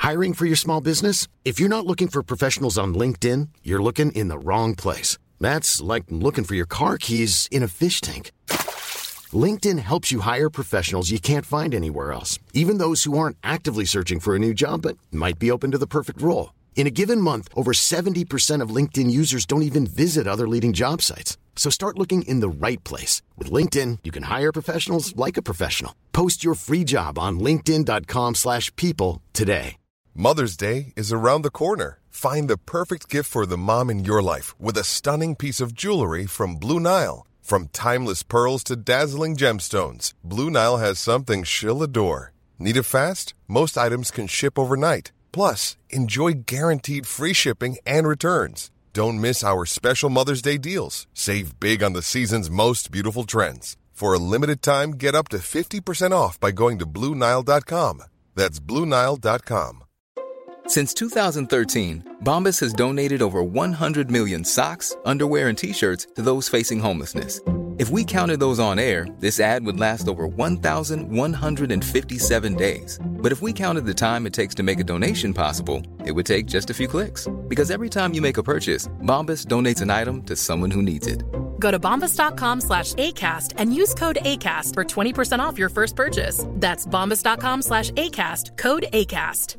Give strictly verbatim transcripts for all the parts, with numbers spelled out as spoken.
Hiring for your small business? If you're not looking for professionals on LinkedIn, you're looking in the wrong place. That's like looking for your car keys in a fish tank. LinkedIn helps you hire professionals you can't find anywhere else, even those who aren't actively searching for a new job but might be open to the perfect role. In a given month, over seventy percent of LinkedIn users don't even visit other leading job sites. So start looking in the right place. With LinkedIn, you can hire professionals like a professional. Post your free job on linkedin dot com slash people today. Mother's Day is around the corner. Find the perfect gift for the mom in your life with a stunning piece of jewelry from Blue Nile. From timeless pearls to dazzling gemstones, Blue Nile has something she'll adore. Need it fast? Most items can ship overnight. Plus, enjoy guaranteed free shipping and returns. Don't miss our special Mother's Day deals. Save big on the season's most beautiful trends. For a limited time, get up to fifty percent off by going to blue nile dot com. That's blue nile dot com. Since two thousand thirteen, Bombas has donated over one hundred million socks, underwear, and T-shirts to those facing homelessness. If we counted those on air, this ad would last over one thousand one hundred fifty-seven days. But if we counted the time it takes to make a donation possible, it would take just a few clicks. Because every time you make a purchase, Bombas donates an item to someone who needs it. Go to bombas dot com slash ACAST and use code ACAST for twenty percent off your first purchase. That's bombas dot com slash ACAST, code ACAST.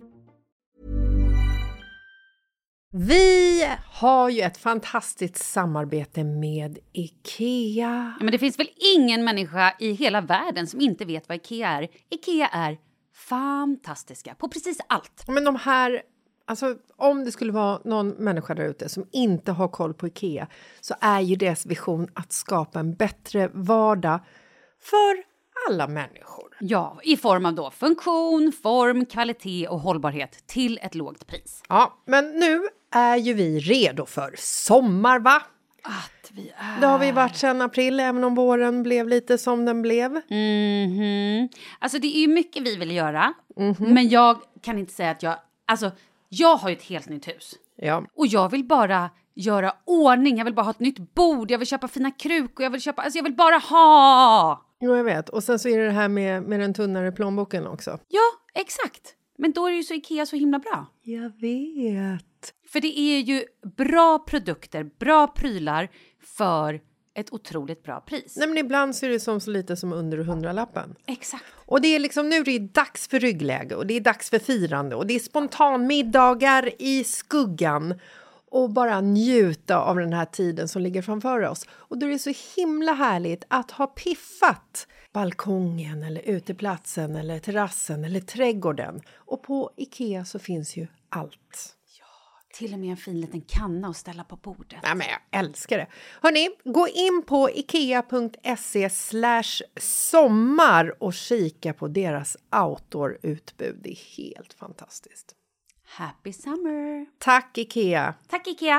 Vi har ju ett fantastiskt samarbete med IKEA. Ja, men det finns väl ingen människa i hela världen som inte vet vad IKEA är. IKEA är fantastiska på precis allt. Men de här, alltså om det skulle vara någon människa där ute som inte har koll på IKEA, så är ju deras vision att skapa en bättre vardag för alla människor. Ja, i form av då funktion, form, kvalitet och hållbarhet till ett lågt pris. Ja, men nu är ju vi redo för sommar, va? Att vi är... Det har vi varit sedan april, även om våren blev lite som den blev. Mhm. Alltså det är ju mycket vi vill göra. Mm-hmm. Men jag kan inte säga att jag... Alltså, jag har ju ett helt nytt hus. Ja. Och jag vill bara göra ordning. Jag vill bara ha ett nytt bord. Jag vill köpa fina krukor. Jag vill köpa... Alltså jag vill bara ha... Jo, jag vet. Och sen så är det det här med, med den tunnare plånboken också. Ja, exakt. Men då är det ju så IKEA så himla bra. Jag vet. För det är ju bra produkter, bra prylar för ett otroligt bra pris. Nej, men ibland så är det som så lite som under hundralappen. Exakt. Och det är liksom, nu är det dags för ryggläge och det är dags för firande och det är spontanmiddagar i skuggan. Och bara njuta av den här tiden som ligger framför oss. Och då är det så himla härligt att ha piffat balkongen eller uteplatsen eller terrassen eller trädgården. Och på IKEA så finns ju allt. Till och med en fin liten kanna att ställa på bordet. Ja, men jag älskar det. Hörrni, gå in på ikea.se slash sommar och kika på deras outdoor-utbud. Det är helt fantastiskt. Happy summer! Tack IKEA! Tack IKEA!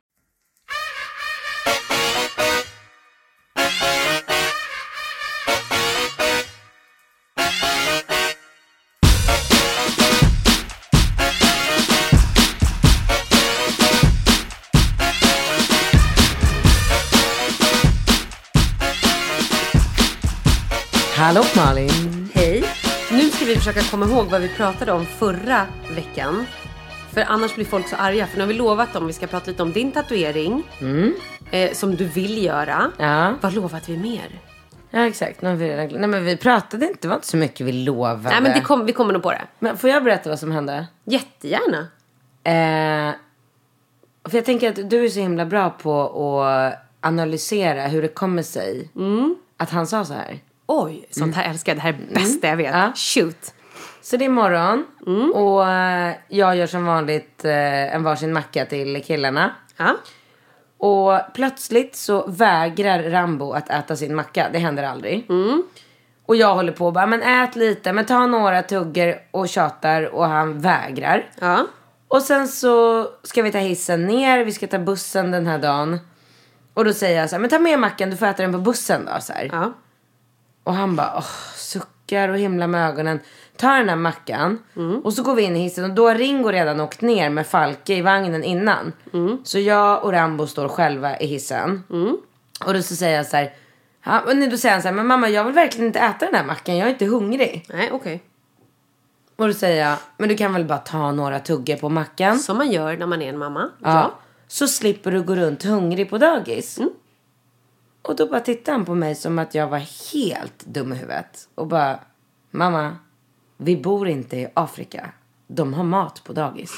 Hallå Malin! Hej! Nu ska vi försöka komma ihåg vad vi pratade om förra veckan. För annars blir folk så arga. För nu har vi lovat dem, vi ska prata lite om din tatuering. Mm. Eh, som du vill göra. Ja. Vad lovade vi mer? Ja, exakt. Nu har vi redan... Nej, men vi pratade inte, det var inte så mycket vi lovade. Nej, men det kom, vi kommer nog på det. Men får jag berätta vad som hände? Jättegärna. Eh, för jag tänker att du är så himla bra på att analysera hur det kommer sig. Mm. Att han sa så här. Oj, sånt här älskar jag. Det här är det bästa jag vet. Ja. Shoot. Så det är morgon. Mm. Och eh, jag gör som vanligt eh, en varsin macka till killarna. Ja. Och plötsligt så vägrar Rambo att äta sin macka. Det händer aldrig. Mm. Och jag håller på och bara, men ät lite. Men ta några tuggar och tjatar. Och han vägrar. Ja. Och sen så ska vi ta hissen ner. Vi ska ta bussen den här dagen. Och då säger jag så här, men ta med mackan. Du får äta den på bussen då. Så här. Ja. Och han bara, åh, suckar och himla med ögonen. Tar den här mackan. Mm. Och så går vi in i hissen. Och då har Ringo redan åkt ner med Falke i vagnen innan. Mm. Så jag och Rambo står själva i hissen. Mm. Och då så säger jag så här. Ja, och då säger han så här, men mamma, jag vill verkligen inte äta den här mackan. Jag är inte hungrig. Nej, okej. Okay. Och då säger jag, men du kan väl bara ta några tuggor på mackan. Som man gör när man är en mamma. Ja. ja. Så slipper du gå runt hungrig på dagis. Mm. Och då bara tittade han på mig som att jag var helt dum i huvudet. Och bara, mamma, vi bor inte i Afrika. De har mat på dagis.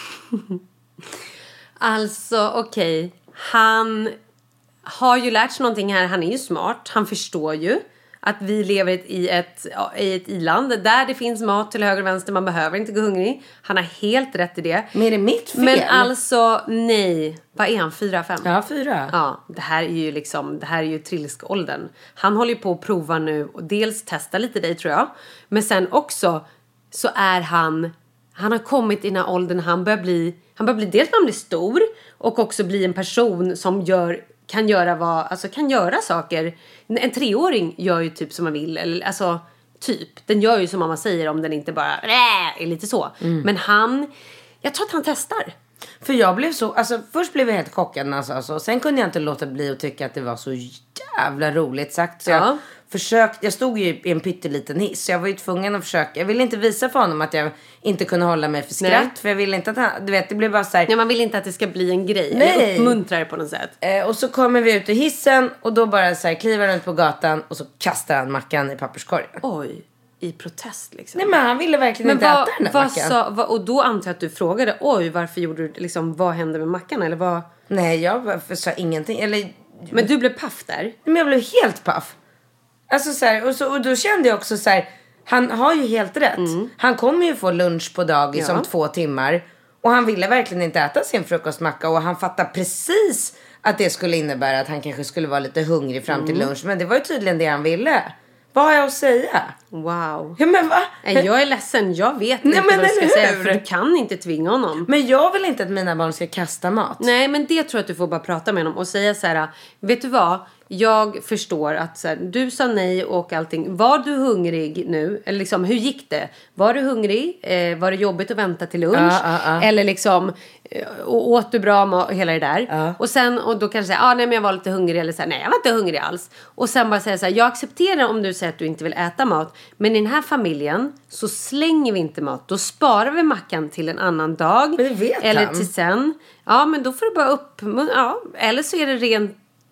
Alltså, okej. Okay. Han har ju lärt sig någonting här. Han är ju smart. Han förstår ju att vi lever i ett, i ett i-land där det finns mat till höger och vänster. Man behöver inte gå hungrig. Han har helt rätt i det. Men är det mitt fel? Men alltså, nej. Vad är han? Fyra, fem? Ja, fyra. Ja, det här är ju liksom, det här är ju trillskåldern. Han håller ju på att prova nu och dels testa lite dig, tror jag. Men sen också så är han, han har kommit i den här åldern, han börjar bli, han börjar bli, dels man blir stor och också bli en person som gör, kan göra vad, alltså kan göra saker. En treåring gör ju typ som man vill, eller alltså typ, den gör ju som mamma säger om den inte bara är lite så. Mm. Men han, jag tror att han testar. För jag blev så, alltså först blev jag helt chockad när han sa så. Sen kunde jag inte låta bli att tycka att det var så jävla roligt sagt. Så ja. jag försökte, jag stod ju i en pytteliten hiss. Så jag var ju tvungen att försöka. Jag ville inte visa för honom att jag inte kunde hålla mig för skratt. Nej. För jag ville inte att han, du vet, det blev bara så här. Ja, man vill inte att det ska bli en grej. Nej. Eller uppmuntra det på något sätt. Eh, och så kommer vi ut ur hissen. Och då bara så här kliver han ut på gatan. Och så kastar han mackan i papperskorgen. Oj. I protest liksom. Nej, men han ville verkligen men inte vad, äta den här vad mackan. Sa, vad, och då antar jag att du frågade, oj, varför gjorde du, liksom, vad hände med mackan? Eller vad? Nej, jag sa ingenting. Eller, men du blev paff där? Men jag blev helt paff. Alltså så här, och, så, och då kände jag också så här, han har ju helt rätt. Mm. Han kommer ju få lunch på dagis ja. om två timmar. Och han ville verkligen inte äta sin frukostmacka. Och han fattar precis att det skulle innebära att han kanske skulle vara lite hungrig fram till mm. lunch. Men det var ju tydligen det han ville. Vad har jag att säga? Wow. Ja, men va? Jag är ledsen. Jag vet Nej, inte men vad jag ska hur? säga. För du kan inte tvinga honom. Men jag vill inte att mina barn ska kasta mat. Nej, men det tror jag att du får bara prata med honom. Och säga så här. Vet du vad? Jag förstår att så här, du sa nej och allting. Var du hungrig nu? Eller liksom, hur gick det? Var du hungrig? Eh, var det jobbigt att vänta till lunch? Uh, uh, uh. Eller liksom, eh, och åt du bra mat? Hela det där. Uh. Och sen, och då kanske säga, ah, nej men jag var lite hungrig. Eller så här, nej jag var inte hungrig alls. Och sen bara säga så här, jag accepterar om du säger att du inte vill äta mat. Men i den här familjen så slänger vi inte mat. Då sparar vi mackan till en annan dag. Men det vet eller han. till sen. Ja, men då får du bara upp, ja, eller så är det rent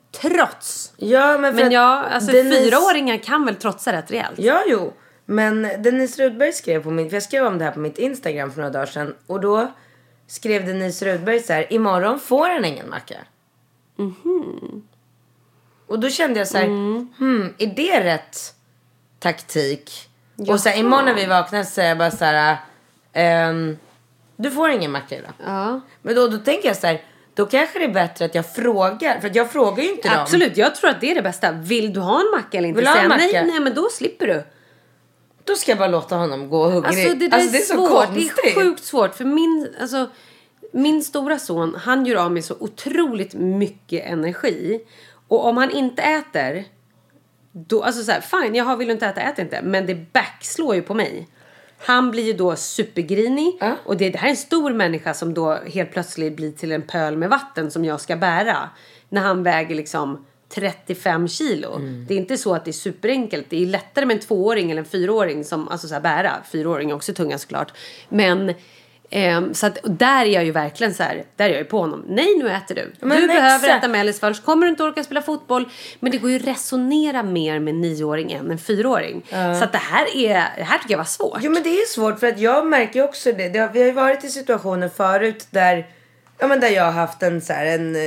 trots. Ja, men, men ja, alltså Denise... fyraåringar kan väl trotsa rätt rejält. Ja, jo. Men Denise Rudberg skrev på min... För jag skrev om det här på mitt Instagram för några dagar sedan. Och då skrev Denise Rudberg så här: imorgon får han ingen macka. Mhm. Och då kände jag så här, mm. hmm, är det rätt taktik? Jaha. Och så här, imorgon när vi vaknar så säger jag bara så här, ehm, du får ingen macka idag. Ja. Men då, då tänker jag så här, då kanske det är bättre att jag frågar. För att jag frågar ju inte dem. Absolut, jag tror att det är det bästa. Vill du ha en macka eller inte? Vill du ha en macka? Nej, nej, men då slipper du. Då ska jag bara låta honom gå hungrig. Alltså det, där alltså, det är svårt. så konstigt. Det är sjukt svårt. För min, alltså, min stora son, han gör av med så otroligt mycket energi. Och om han inte äter, då, alltså så här, fine, jag vill inte äta, ät inte. Men det backslår ju på mig. Han blir ju då supergrinig. Uh. Och det, det här är en stor människa som då helt plötsligt blir till en pöl med vatten som jag ska bära. När han väger liksom trettiofem kilo. Mm. Det är inte så att det är superenkelt. Det är lättare med en tvååring eller en fyraåring som alltså så här bära. Fyraåring är också tunga såklart. Men eh, så att där är jag ju verkligen så här, där är jag ju på honom. Nej, nu äter du. Men du exakt. behöver äta mellis först. Kommer du inte orka spela fotboll? Men det går ju resonera mer med en nioåring än en fyraåring. Uh. Så att det här är, det här tycker jag var svårt. Jo, men det är svårt för att jag märker också det. det har, vi har ju varit i situationer förut där, ja, men där jag har haft en så här, en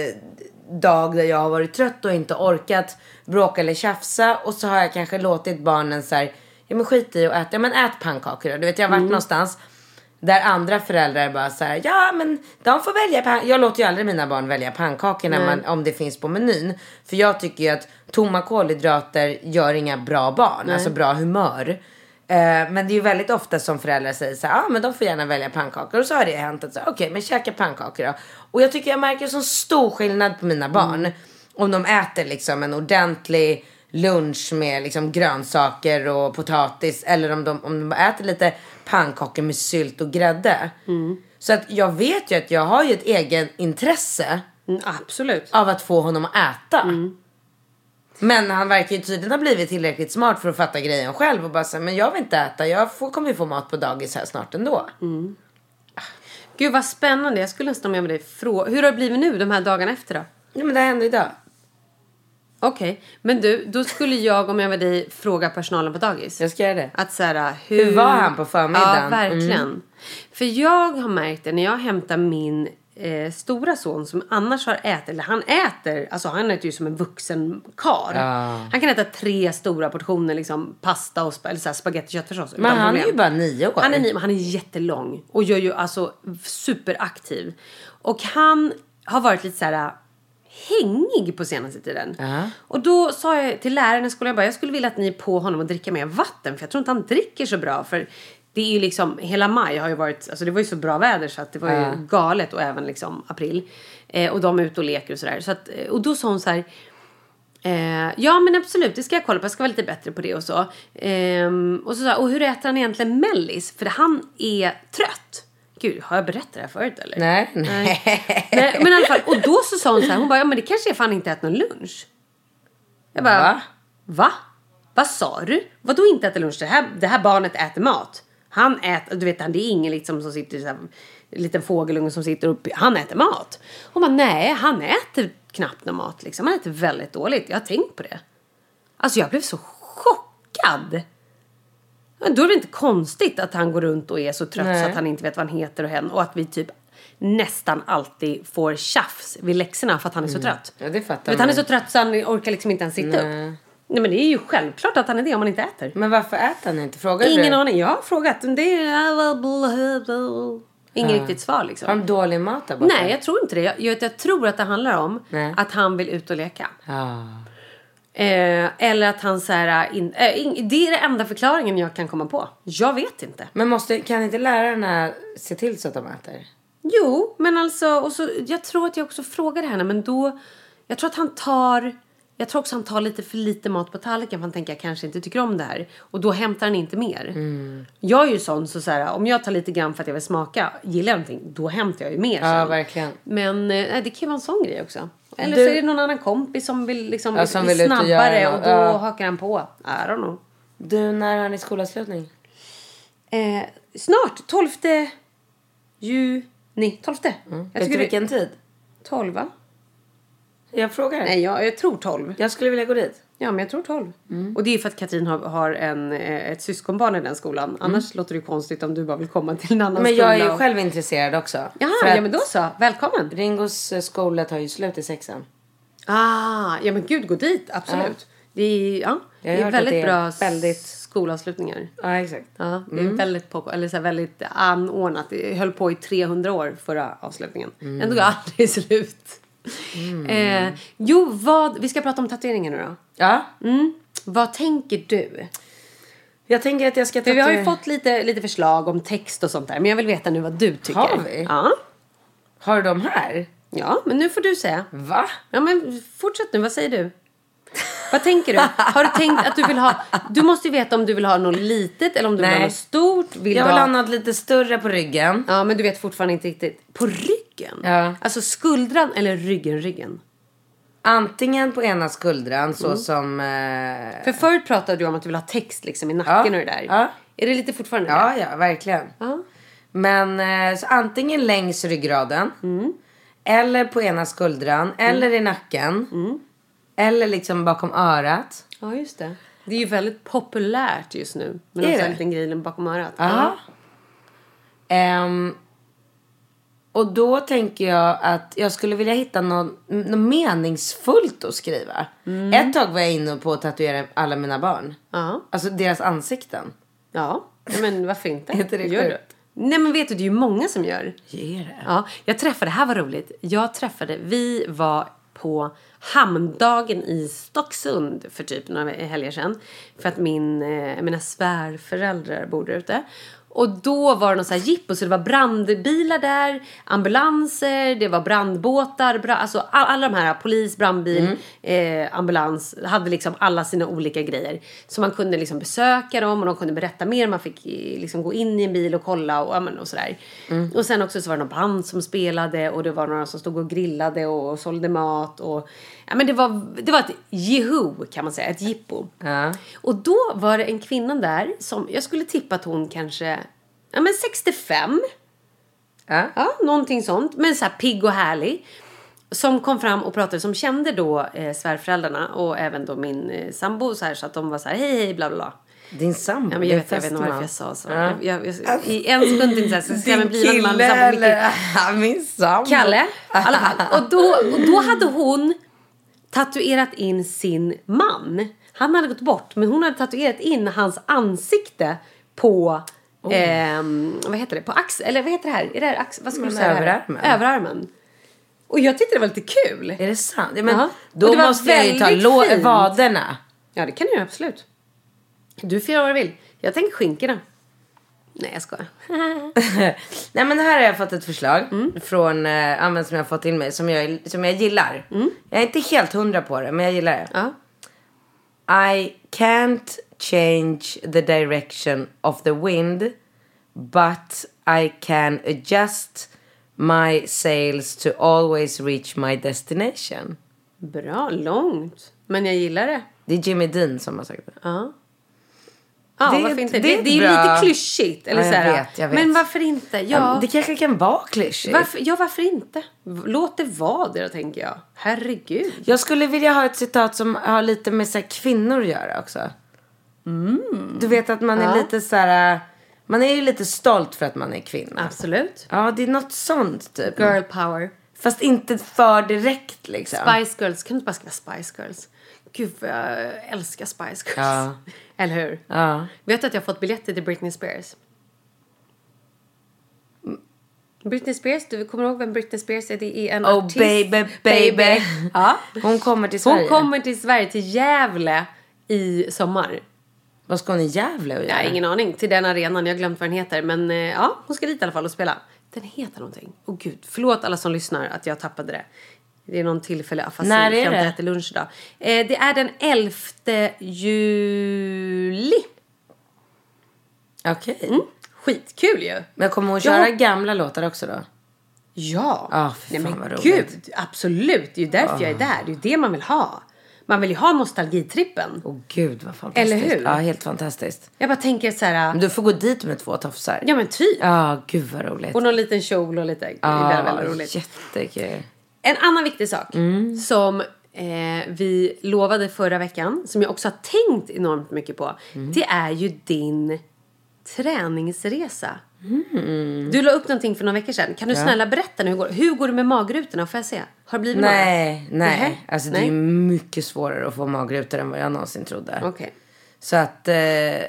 dag där jag har varit trött och inte orkat bråka eller tjafsa. Och så har jag kanske låtit barnen så här, ja men skit i och äta, ja men ät pannkakor. Du vet, jag har varit mm. någonstans där andra föräldrar bara så här, ja men de får välja pan- jag låter ju aldrig mina barn välja pannkakor när man, om det finns på menyn. För jag tycker ju att tomma kolhydrater gör inga bra barn. Nej. Alltså bra humör. Uh, men det är ju väldigt ofta som föräldrar säger så här, ja ah, men de får gärna välja pannkakor. Och så har det hänt att så okej, okay, men käka pannkakor då. Och jag tycker jag märker så stor skillnad på mina barn. Mm. Om de äter liksom en ordentlig lunch med liksom grönsaker och potatis. Eller om de, om de äter lite pannkakor med sylt och grädde. Mm. Så att jag vet ju att jag har ju ett egen intresse. Mm, absolut. Av att få honom att äta. Mm. Men han verkar ju tydligen ha blivit tillräckligt smart för att fatta grejen själv. Och bara säga, men jag vill inte äta. Jag får, kommer ju få mat på dagis här snart ändå. Mm. Gud vad spännande. Jag skulle nästan med dig fråga. Hur har det blivit nu de här dagarna efter då? Ja, men det hände idag. Okej, okay. Men du, då skulle jag om jag var dig fråga personalen på dagis. Jag ska göra det. Att så här, hur... hur var han på förmiddagen? Ja, verkligen. Mm. För jag har märkt det när jag hämtar min eh, stora son som annars har ätit, eller han äter, alltså han äter ju som en vuxen kar. Ja. Han kan äta tre stora portioner liksom pasta och eller så här, spagetti köttfärssås. Men han problem. är ju bara nio år. Han är nio, men han är jättelång och gör ju alltså superaktiv. Och han har varit lite så här hängig på senaste tiden. Uh-huh. Och då sa jag till läraren i skolan, jag bara, jag skulle vilja att ni på honom och dricka mer vatten. För jag tror inte han dricker så bra. För det är ju liksom, hela maj har ju varit, alltså det var ju så bra väder så att det var uh-huh. ju galet. Och även liksom april. Eh, och de är ute och leker och sådär. Så att, och då sa hon så här, eh, ja men absolut, det ska jag kolla på. Jag ska vara lite bättre på det och så. Eh, och så sa och hur äter han egentligen mellis? För han är trött. Gud, har jag berättat det här förut eller? Nej. Nej. Nej. Men i alla fall, och då så sa hon så här, hon bara, ja men det kanske är fan inte ätit någon lunch. Jag bara, va? Va? Vad sa du? Vadå inte äter lunch? Det här, det här barnet äter mat. Han äter, du vet, det är ingen liksom som sitter så här, en liten fågelunge som sitter uppe, han äter mat. Hon bara, nej, han äter knappt någon mat liksom. Han äter väldigt dåligt, jag har tänkt på det. Alltså jag blev så chockad. Men då är det inte konstigt att han går runt och är så trött Nej. Så att han inte vet vad han heter och hen. Och att vi typ nästan alltid får tjafs vid läxorna för att han är så trött. Ja, det fattar vet, han är så trött så han orkar liksom inte ens sitta Nej. upp. Nej, men det är ju självklart att han är det om han inte äter. Men varför äter han inte? Frågar Ingen du? aning, jag har frågat. Det är ingen ja. riktigt svar liksom. Har han dålig mat där borta? Nej, jag tror inte det. Jag, jag, jag tror att det handlar om Nej. att han vill ut och leka. Ja. Eh, eller att han så här, in, eh, in, det är den enda förklaringen jag kan komma på. Jag vet inte. Men måste, kan inte lärarna se till så att de äter? Jo, men alltså och så, jag tror att jag också frågade henne. Men då, jag tror att han tar Jag tror också han tar lite för lite mat på tallriken. För han tänker jag kanske inte tycker om det här. Och då hämtar han inte mer. Mm. Jag är ju sån så, så här, om jag tar lite grann för att jag vill smaka, gillar jag någonting, då hämtar jag ju mer. Ja, sen. verkligen. Men nej, det kan ju vara en sån grej också. Eller du... så är det någon annan kompis som vill liksom ja, som bli vill snabbare. Och, och då ja. hakar han på. I don't know. Du, när har ni skolavslutning? Eh, snart, tolfte juni. tolfte. Mm. Jag Vet du vilken det... tid? tolv, va? Jag frågar. Nej, jag, jag tror tolv. Jag skulle vilja gå dit. Ja, men jag tror tolv. Mm. Och det är för att Katrin har, har en, ett syskonbarn i den skolan. Annars mm. låter det konstigt om du bara vill komma till en annan men skola. Men jag är ju och... själv intresserad också. Jaha, ja men då så. Välkommen. Ringos skola tar ju slut i sexan. Ah, ja men gud, gå dit. Absolut. Ja. Det är, ja, det är väldigt det är bra väldigt... skolavslutningar. Ja, exexakt. Ja, det är mm. väldigt, på, eller så här, väldigt anordnat. Det höll på i trehundra år förra avslutningen. Mm. Den tog aldrig slut. Mm. Eh, jo, vad, vi ska prata om tatueringen nu då. Ja. Mm. Vad tänker du? Jag tänker att jag ska tatuera... Vi har ju fått lite, lite förslag om text och sånt där. Men jag vill veta nu vad du tycker. Har vi? Ja. Har du de här? Ja, men nu får du säga. Va? Ja, men fortsätt nu. Vad säger du? Vad tänker du? Har du tänkt att du vill ha... Du måste ju veta om du vill ha något litet eller om du Nej. vill ha något stort. Vill jag vill ha... ha något lite större på ryggen. Ja, men du vet fortfarande inte riktigt. På ryggen? Ja. Alltså skuldran eller ryggen, ryggen? Antingen på ena skuldran så mm. som... Eh... För förut pratade du om att du vill ha text liksom i nacken ja. och det där. Ja. Är det lite fortfarande Ja, det? ja, verkligen. Ja. Men eh, så antingen längs ryggraden. Mm. Eller på ena skuldran. Mm. Eller i nacken. Mm. Eller liksom bakom örat. Ja, just det. Det är ju väldigt populärt just nu. Men också en liten grej bakom örat. Ja. Um, och då tänker jag att jag skulle vilja hitta något, något meningsfullt att skriva. Mm. Ett tag var jag inne på att tatuera alla mina barn. Ja. Alltså deras ansikten. Ja, men varför inte? Är inte det gör du? Nej, men vet du, det är ju många som gör. Ger det? Ja, jag träffade, det här var roligt. Jag träffade, vi var på hamndagen i Stocksund för typ några helger sedan. För att min, eh, mina svärföräldrar bor där ute. Och då var det någon så här jippo, så det var brandbilar där, ambulanser, det var brandbåtar, bra, alltså all, alla de här, polis, brandbil, mm. eh, ambulans, hade liksom alla sina olika grejer. Så man kunde liksom besöka dem och de kunde berätta mer, man fick liksom gå in i en bil och kolla och, ja, men, och sådär. Mm. Och sen också så var det någon band som spelade och det var några som stod och grillade och, och sålde mat och ja, men det var, det var ett jiho kan man säga, ett jippo. Ja. Och då var det en kvinna där som, jag skulle tippa att hon kanske, ja men sextiofem. Ja. Ja, någonting sånt. Men så här pigg och härlig. Som kom fram och pratade, som kände då eh, svärföräldrarna och även då min eh, sambo så här, så att de var så här, hej hej bla bla bla. Din sambo? Ja, men jag, vet, jag vet inte varför jag sa så. Ja. Jag, jag, jag, I en sekund tänkte jag så ska din jag bli en man kille med sambo eller min sambo? Kalle, i alla fall. Och då, och då hade hon tatuerat in sin man. Han hade gått bort, men hon hade tatuerat in hans ansikte på oh. eh, vad heter det? På axeln, eller vad heter det här? Är det här ax- vad ska man säga? Överarmen. Överarmen. Och jag tyckte det var lite kul. Är det sant? Ja, men uh-huh. då måste jag ju ta lo- vaderna. Ja, det kan du absolut. Du får göra vad du vill. Jag tänker skinkorna. Nej, jag skojar. Nej, men här har jag fått ett förslag mm. från eh, använd som jag har fått till mig som jag, som jag gillar. Mm. Jag är inte helt hundra på det, men jag gillar det. Ja. I can't change the direction of the wind, but I can adjust my sails to always reach my destination. Bra, långt. Men jag gillar det. Det är Jimmy Dean som har sagt det. Ja. Ja, det, varför inte? Det, det, det, det är ju lite klyschigt. Eller ja, så här, jag vet, jag vet. Men varför inte? Ja. Ja, det kanske kan vara klyschigt. Varför, ja, varför inte? Låt det vara det då, tänker jag. Herregud. Jag skulle vilja ha ett citat som har lite med så här, kvinnor att göra också. Mm. Du vet att man är ja. lite så här... Man är ju lite stolt för att man är kvinna. Absolut. Ja, det är något sånt typ. Girl power. Fast inte för direkt liksom. Spice Girls. Kan du inte bara skriva Spice Girls? Gud, jag älskar Spice Girls. Ja. Eller hur? Ja. Vet du att jag har fått biljetter till Britney Spears? Britney Spears, du kommer ihåg vem Britney Spears är? Det är en oh, artist. baby, baby. Ja. Hon kommer till Sverige. Hon kommer till Sverige, till Gävle i sommar. Vad ska hon i Gävle och göra? Jag har ingen aning. Till den arenan, jag har glömt vad den heter. Men ja, hon ska dit i alla fall och spela. Den heter någonting. Åh gud, förlåt alla som lyssnar att jag tappade det. Det är någon tillfälle afasi. När är jag det? Jag äter lunch idag. Eh, det är den elfte juli. Okej. Okay. Mm. Skitkul ju. Men jag kommer att köra ja. gamla låtar också då? Ja. Ah, för Nej, fan men vad gud, roligt. absolut. Det är ju därför ah. jag är där. Det är ju det man vill ha. Man vill ju ha nostalgitrippen. Åh oh, gud, vad fantastiskt. Eller hur? Ja, helt fantastiskt. Jag bara tänker så här... Men du får gå dit med två tofsar. Ja, men typ. Ja, oh, gud vad roligt. Och någon liten kjol och lite... Ja, oh, väldigt, väldigt roligt. Jättekul. En annan viktig sak mm. som eh, vi lovade förra veckan, som jag också har tänkt enormt mycket på, mm. det är ju din träningsresa. Mm. Du la upp någonting för några veckor sedan. Kan du ja. snälla berätta nu hur går, hur går det med magrutorna? Får jag se? Har det blivit nej, några? nej. nej. Alltså nej. det är mycket svårare att få magrutor än vad jag någonsin trodde. Okej. Okay. Så att, eh,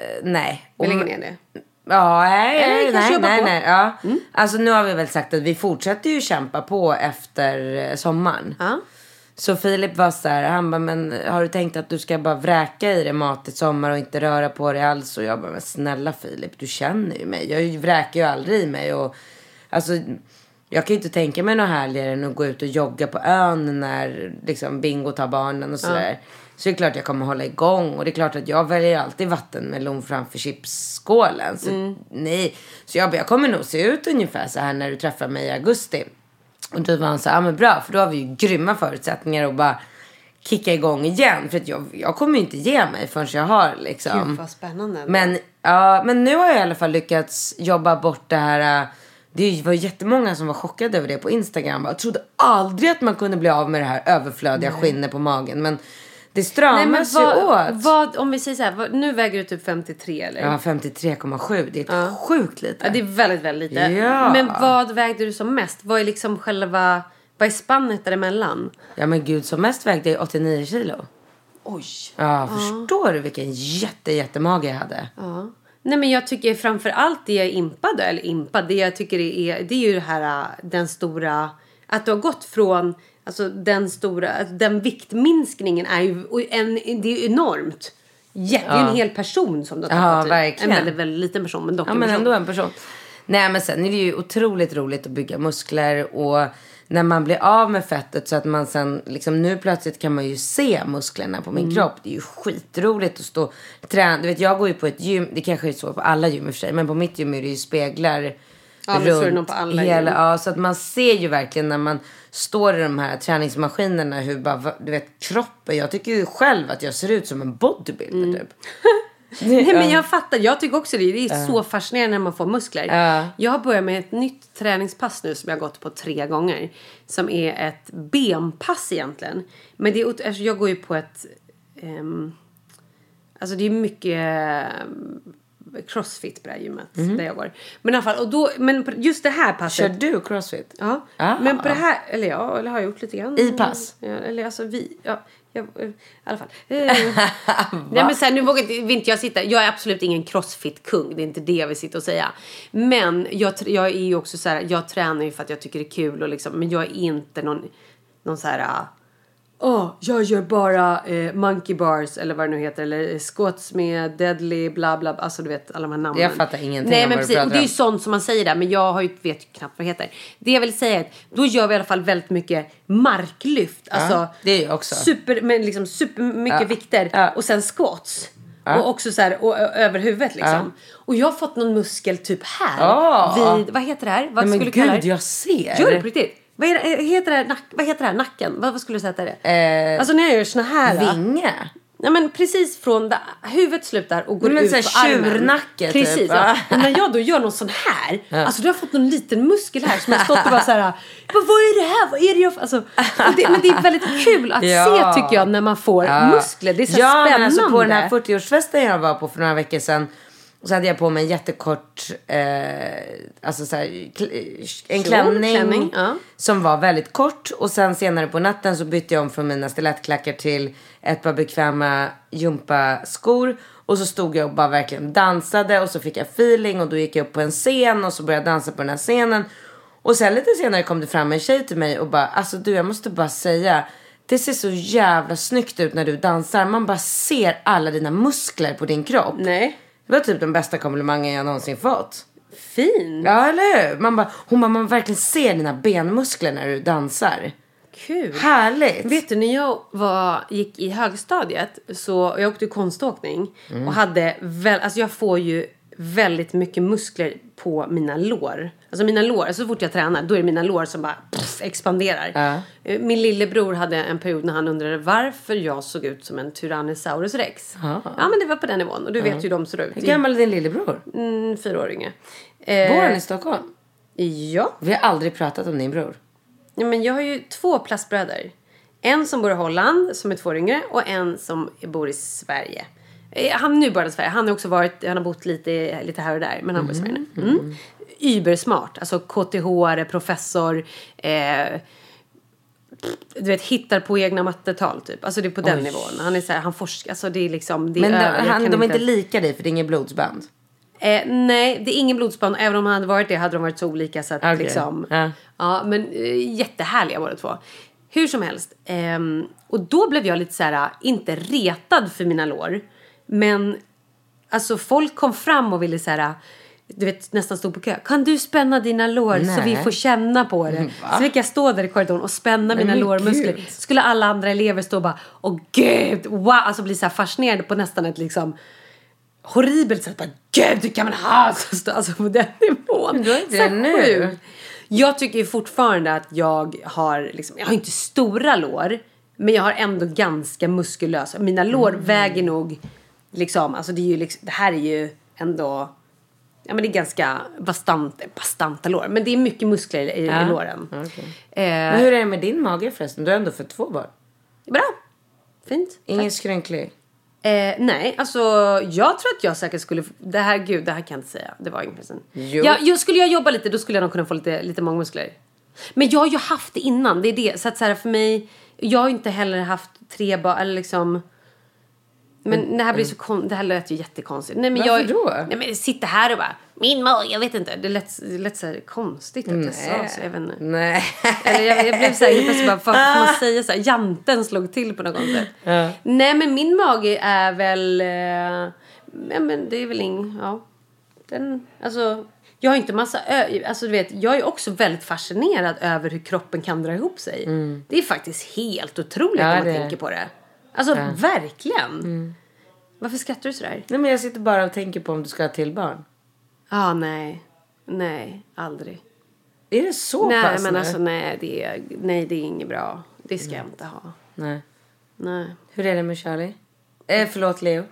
nej. Vi lägger ner det. Ja, nej, Eller, nej, nej, nej. Ja. Mm. Alltså nu har vi väl sagt att vi fortsätter ju kämpa på efter sommaren. Ja. Så Filip var så här, han bara, men har du tänkt att du ska bara vräka i dig mat i sommar och inte röra på dig alls? Och jag bara, men snälla Filip, du känner ju mig. Jag vräker ju aldrig i mig. Och, alltså, jag kan ju inte tänka mig något härligare än att gå ut och jogga på ön när liksom, Bingo tar barnen och sådär. Ja. Så det är klart jag kommer hålla igång. Och det är klart att jag väljer alltid vattenmelon framför chipsskålen. Så mm. nej. Så jag bara, jag kommer nog se ut ungefär så här när du träffar mig i augusti. Och då var han så här, ja men bra, för då har vi ju grymma förutsättningar att bara kicka igång igen. För att jag, jag kommer ju inte ge mig förrän jag har liksom. Gud vad spännande. Men, ja, men nu har jag i alla fall lyckats jobba bort det här. Det var jättemånga som var chockade över det på Instagram. Jag trodde aldrig att man kunde bli av med det här överflödiga Nej. skinnet på magen. Men det stramas Nej, men ju vad, åt. Vad, om vi säger så här, vad, nu väger du typ femtiotre eller? Ja, femtiotre komma sju. Det är ja. sjukt lite. Ja, det är väldigt, väldigt lite. Ja. Men vad vägde du som mest? Vad är liksom själva, vad är spannet däremellan? Ja, men gud, som mest vägde jag åttionio kilo. Oj. Ja, förstår ja. du vilken jätte, jättemage jag hade? Ja. Nej, men jag tycker framför allt det jag är impad, eller impad, det jag tycker är, det är ju det här, den stora, att du har gått från, alltså den stora, den viktminskningen är ju en, det är enormt. Ja, det är en hel person som du har Ja, tappat. Typ. verkligen. En väldigt, väldigt liten person, men dock Ja, en men person. ändå en person. Nej, men sen är det ju otroligt roligt att bygga muskler. Och när man blir av med fettet så att man sen, liksom nu plötsligt kan man ju se musklerna på min mm. kropp. Det är ju skitroligt att stå och träna. Du vet, jag går ju på ett gym, det kanske är så på alla gym i och för sig. Men på mitt gym är det ju speglar ja, runt så är det nog på alla hela. Ja, så att man ser ju verkligen när man står i de här träningsmaskinerna hur bara, du vet, kroppen. Jag tycker ju själv att jag ser ut som en bodybuilder mm. typ. Nej, men jag fattar, jag tycker också det. Det är uh. så fascinerande när man får muskler. Uh. Jag har börjat med ett nytt träningspass nu som jag har gått på tre gånger. Som är ett benpass egentligen. Men det är, alltså jag går ju på ett... Um, alltså det är mycket um, crossfit på det här gymmet mm. där jag går. Men i alla fall, och då, men just det här passet... Kör du crossfit? Ja, ah, men på det här, eller ja, eller har jag gjort lite grann. I pass? Ja, eller alltså vi, ja. Jag, I alla fall. Nej, men sen, nu vågar inte, vill inte jag sitta. Jag är absolut ingen crossfit-kung. Det är inte det jag vill sitta och säga. Men jag, jag är ju också så här. Jag tränar ju för att jag tycker det är kul. Och liksom, men jag är inte någon, någon så här... Åh, oh, jag gör bara eh, monkey bars eller vad det nu heter. Eller squats med deadly bla bla. Alltså du vet alla de här namnen. Jag fattar ingenting. Nej, men precis. Och det är ju sånt som man säger där. Men jag har ju, vet ju knappt vad det heter. Det jag vill säga är att då gör vi i alla fall väldigt mycket marklyft. Ja, alltså det är ju också. Super, men liksom super mycket ja. vikter. Ja. Och sen squats. Ja. Och också så här, och, och, över huvudet liksom. Ja. Och jag har fått någon muskel typ här. Oh. Vid, vad heter det här? Vad Nej, skulle men du kalla gud, det? jag ser. Gör det på riktigt. Vad, är det, heter det här, nack, vad heter det här? Nacken? Vad, vad skulle du säga att det är? Eh, alltså när jag gör såna här. Vinge. Ja, men precis från där huvudet slutar och går men ut på armen. Tjurnacke precis, typ. Ja. Och när jag då gör någon sån här. Ja. Alltså du har fått någon liten muskel här som har stått och bara så här. Vad är det här? Vad är det jag... Alltså, och det, men det är väldigt kul att ja. se tycker jag när man får ja. muskler. Det är så ja, spännande. Men alltså på den här fyrtioårsfesten jag var på för några veckor sedan. Och så hade jag på mig en jättekort eh, alltså så här, en klänning, klänning ja. som var väldigt kort. Och sen senare på natten så bytte jag om från mina stilettklackar till ett par bekväma gympaskor. Och så stod jag och bara verkligen dansade. Och så fick jag feeling och då gick jag upp på en scen och så började jag dansa på den här scenen. Och sen lite senare kom det fram en tjej till mig och bara, alltså du, jag måste bara säga... Det ser så jävla snyggt ut när du dansar. Man bara ser alla dina muskler på din kropp. Nej. Det var typ den bästa komplimangen jag någonsin fått. Fin. Ja, eller hur? Man bara, hon bara, man verkligen ser dina benmuskler när du dansar. Kul. Härligt. Vet du, när jag var, gick i högstadiet så jag åkte konståkning mm. och hade väl, alltså jag får ju väldigt mycket muskler på mina lår. Alltså mina lår, alltså så fort jag tränar, då är det mina lår som bara pff, expanderar. Ja. Min lillebror hade en period när han undrade varför jag såg ut som en Tyrannosaurus rex. Ja, ja men det var på den nivån. Och du vet ja. ju hur de ser ut. Hur gammal är din lillebror? Mm, fyra år yngre. Bor han i Stockholm? Ja. Vi har aldrig pratat om din bror. Ja, men jag har ju två plastbröder. En som bor i Holland, som är två år yngre. Och en som bor i Sverige. Han nu bara i Sverige. Han har också varit, han har bott lite, lite här och där. Men han bor i Sverige nu. Mm. Ybersmart. Alltså K T H-are, professor. Eh, du vet, hittar på egna mattetal typ. Alltså det är på den Oj. nivån. Han är så här, han forskar. Alltså det är liksom, det är men över. de, han, de är inte... inte lika dig för det är ingen blodsband. Eh, nej, det är ingen blodsband. Även om han hade varit det hade de varit så olika. Så att okay. liksom, ja. ja, men eh, jättehärliga båda två. Hur som helst. Eh, och då blev jag lite så här, inte retad för mina lår. Men alltså folk kom fram och ville så här, du vet, nästan stod på kö. Kan du spänna dina lår nej. Så vi får känna på det? Mm, så fick jag stå där i korridoren och spänna mina men lårmuskler. Gud. Skulle alla andra elever stå och bara, åh gud, wow. Alltså bli så här fascinerade på nästan ett liksom horribelt sätt. Bara, gud, du kan man ha så, alltså på den nivån. Du är inte det nu. Jag tycker ju fortfarande att jag har liksom, jag har inte stora lår. Men jag har ändå ganska muskulösa. Mina lår mm. väger nog liksom, alltså det är ju liksom, det här är ju ändå, ja men det är ganska bastant, bastanta lår. Men det är mycket muskler i, ja. i låren. Okay. Eh, men hur är det med din mage förresten? Du har ändå för två barn. Bra. Fint. Ingen skrynklig. Eh, nej, alltså jag tror att jag säkert skulle, det här, gud, det här kan jag inte säga. Det var ingen present. Ja, jag, skulle jag jobba lite, då skulle jag nog kunna få lite, lite magmuskler. Men jag har ju haft det innan, det är det. Så att så här, för mig, jag har inte heller haft tre barn, eller liksom, Men det här blir så kon- det här lät ju jättekonstigt. Nej, men Varför jag, då? Nej, men sitta här och bara, min mage, jag vet inte. Det lät, det lät så här konstigt att jag sa så. Jag vet inte. Nej. Eller jag, jag blev så här, helt plötsligt bara, får man säga så här, janten slog till på något konstigt. Ja. Nej, men min mage är väl, eh, ja, men det är väl ing, ja. Den, alltså, jag har inte massa, ö- alltså du vet, jag är också väldigt fascinerad över hur kroppen kan dra ihop sig. Mm. Det är faktiskt helt otroligt ja, när man det... tänker på det. Alltså, ja. verkligen. Mm. Varför skrattar du sådär? Nej, men jag sitter bara och tänker på om du ska ha till barn. Ah, nej. Nej, aldrig. Är det så nej, pass men nu? alltså, nej, det är, nej, det är inget bra. Det ska jag inte ha. Nej. Nej. Hur är det med Charlie? Eh, förlåt, Leo.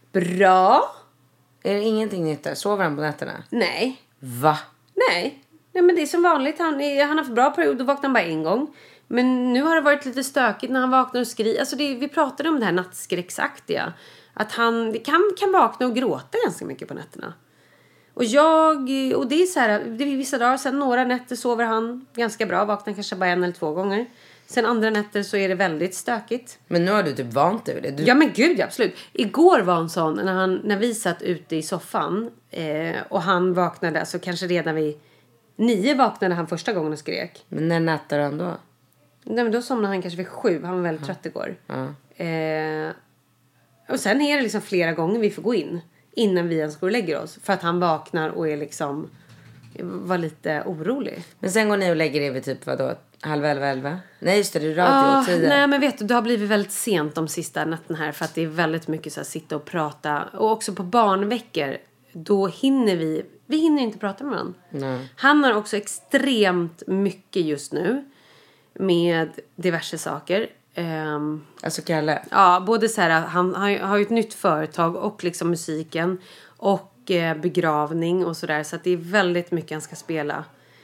Bra. Är det ingenting nytt där? Sover han på nätterna? Nej. Va? Nej. Nej, men det är som vanligt. Han, är, han har haft bra period. Då vaknar han bara en gång. Men nu har det varit lite stökigt när han vaknar och skriker. Alltså det, vi pratade om det här nattskräcksaktiga. Att han kan, kan vakna och gråta ganska mycket på nätterna. Och jag, och det är så här, det är vissa dagar, sen några nätter sover han ganska bra. Vaknar kanske bara en eller två gånger. Sen andra nätter så är det väldigt stökigt. Men nu har du typ vant dig vid det. Du... Ja, men gud, ja, absolut. Igår var en sån, när, han, när vi satt ute i soffan eh, och han vaknade, alltså kanske redan vid nio vaknade han första gången och skrek. Men när nattade han då? Nej, men då somnade han kanske vid sju. Han var väldigt ja. trött igår. Ja. Eh, och sen är det liksom flera gånger vi får gå in innan vi ens går och lägger oss. För att han vaknar och är liksom var lite orolig. Men sen går ni och lägger er vid typ vadå? Halv elva, elva? Nej, just det, det är radio ah, och tio. Nej, men vet du, det har blivit väldigt sent de sista natten här. För att det är väldigt mycket så här, sitta och prata. Och också på barnveckor, då hinner vi... Vi hinner inte prata med varandra. Nej. Han har också extremt mycket just nu med diverse saker. Um, alltså Kalle? Ja, både så här, han, han har ju ett nytt företag och liksom musiken och eh, begravning och sådär. Så att det är väldigt mycket han ska spela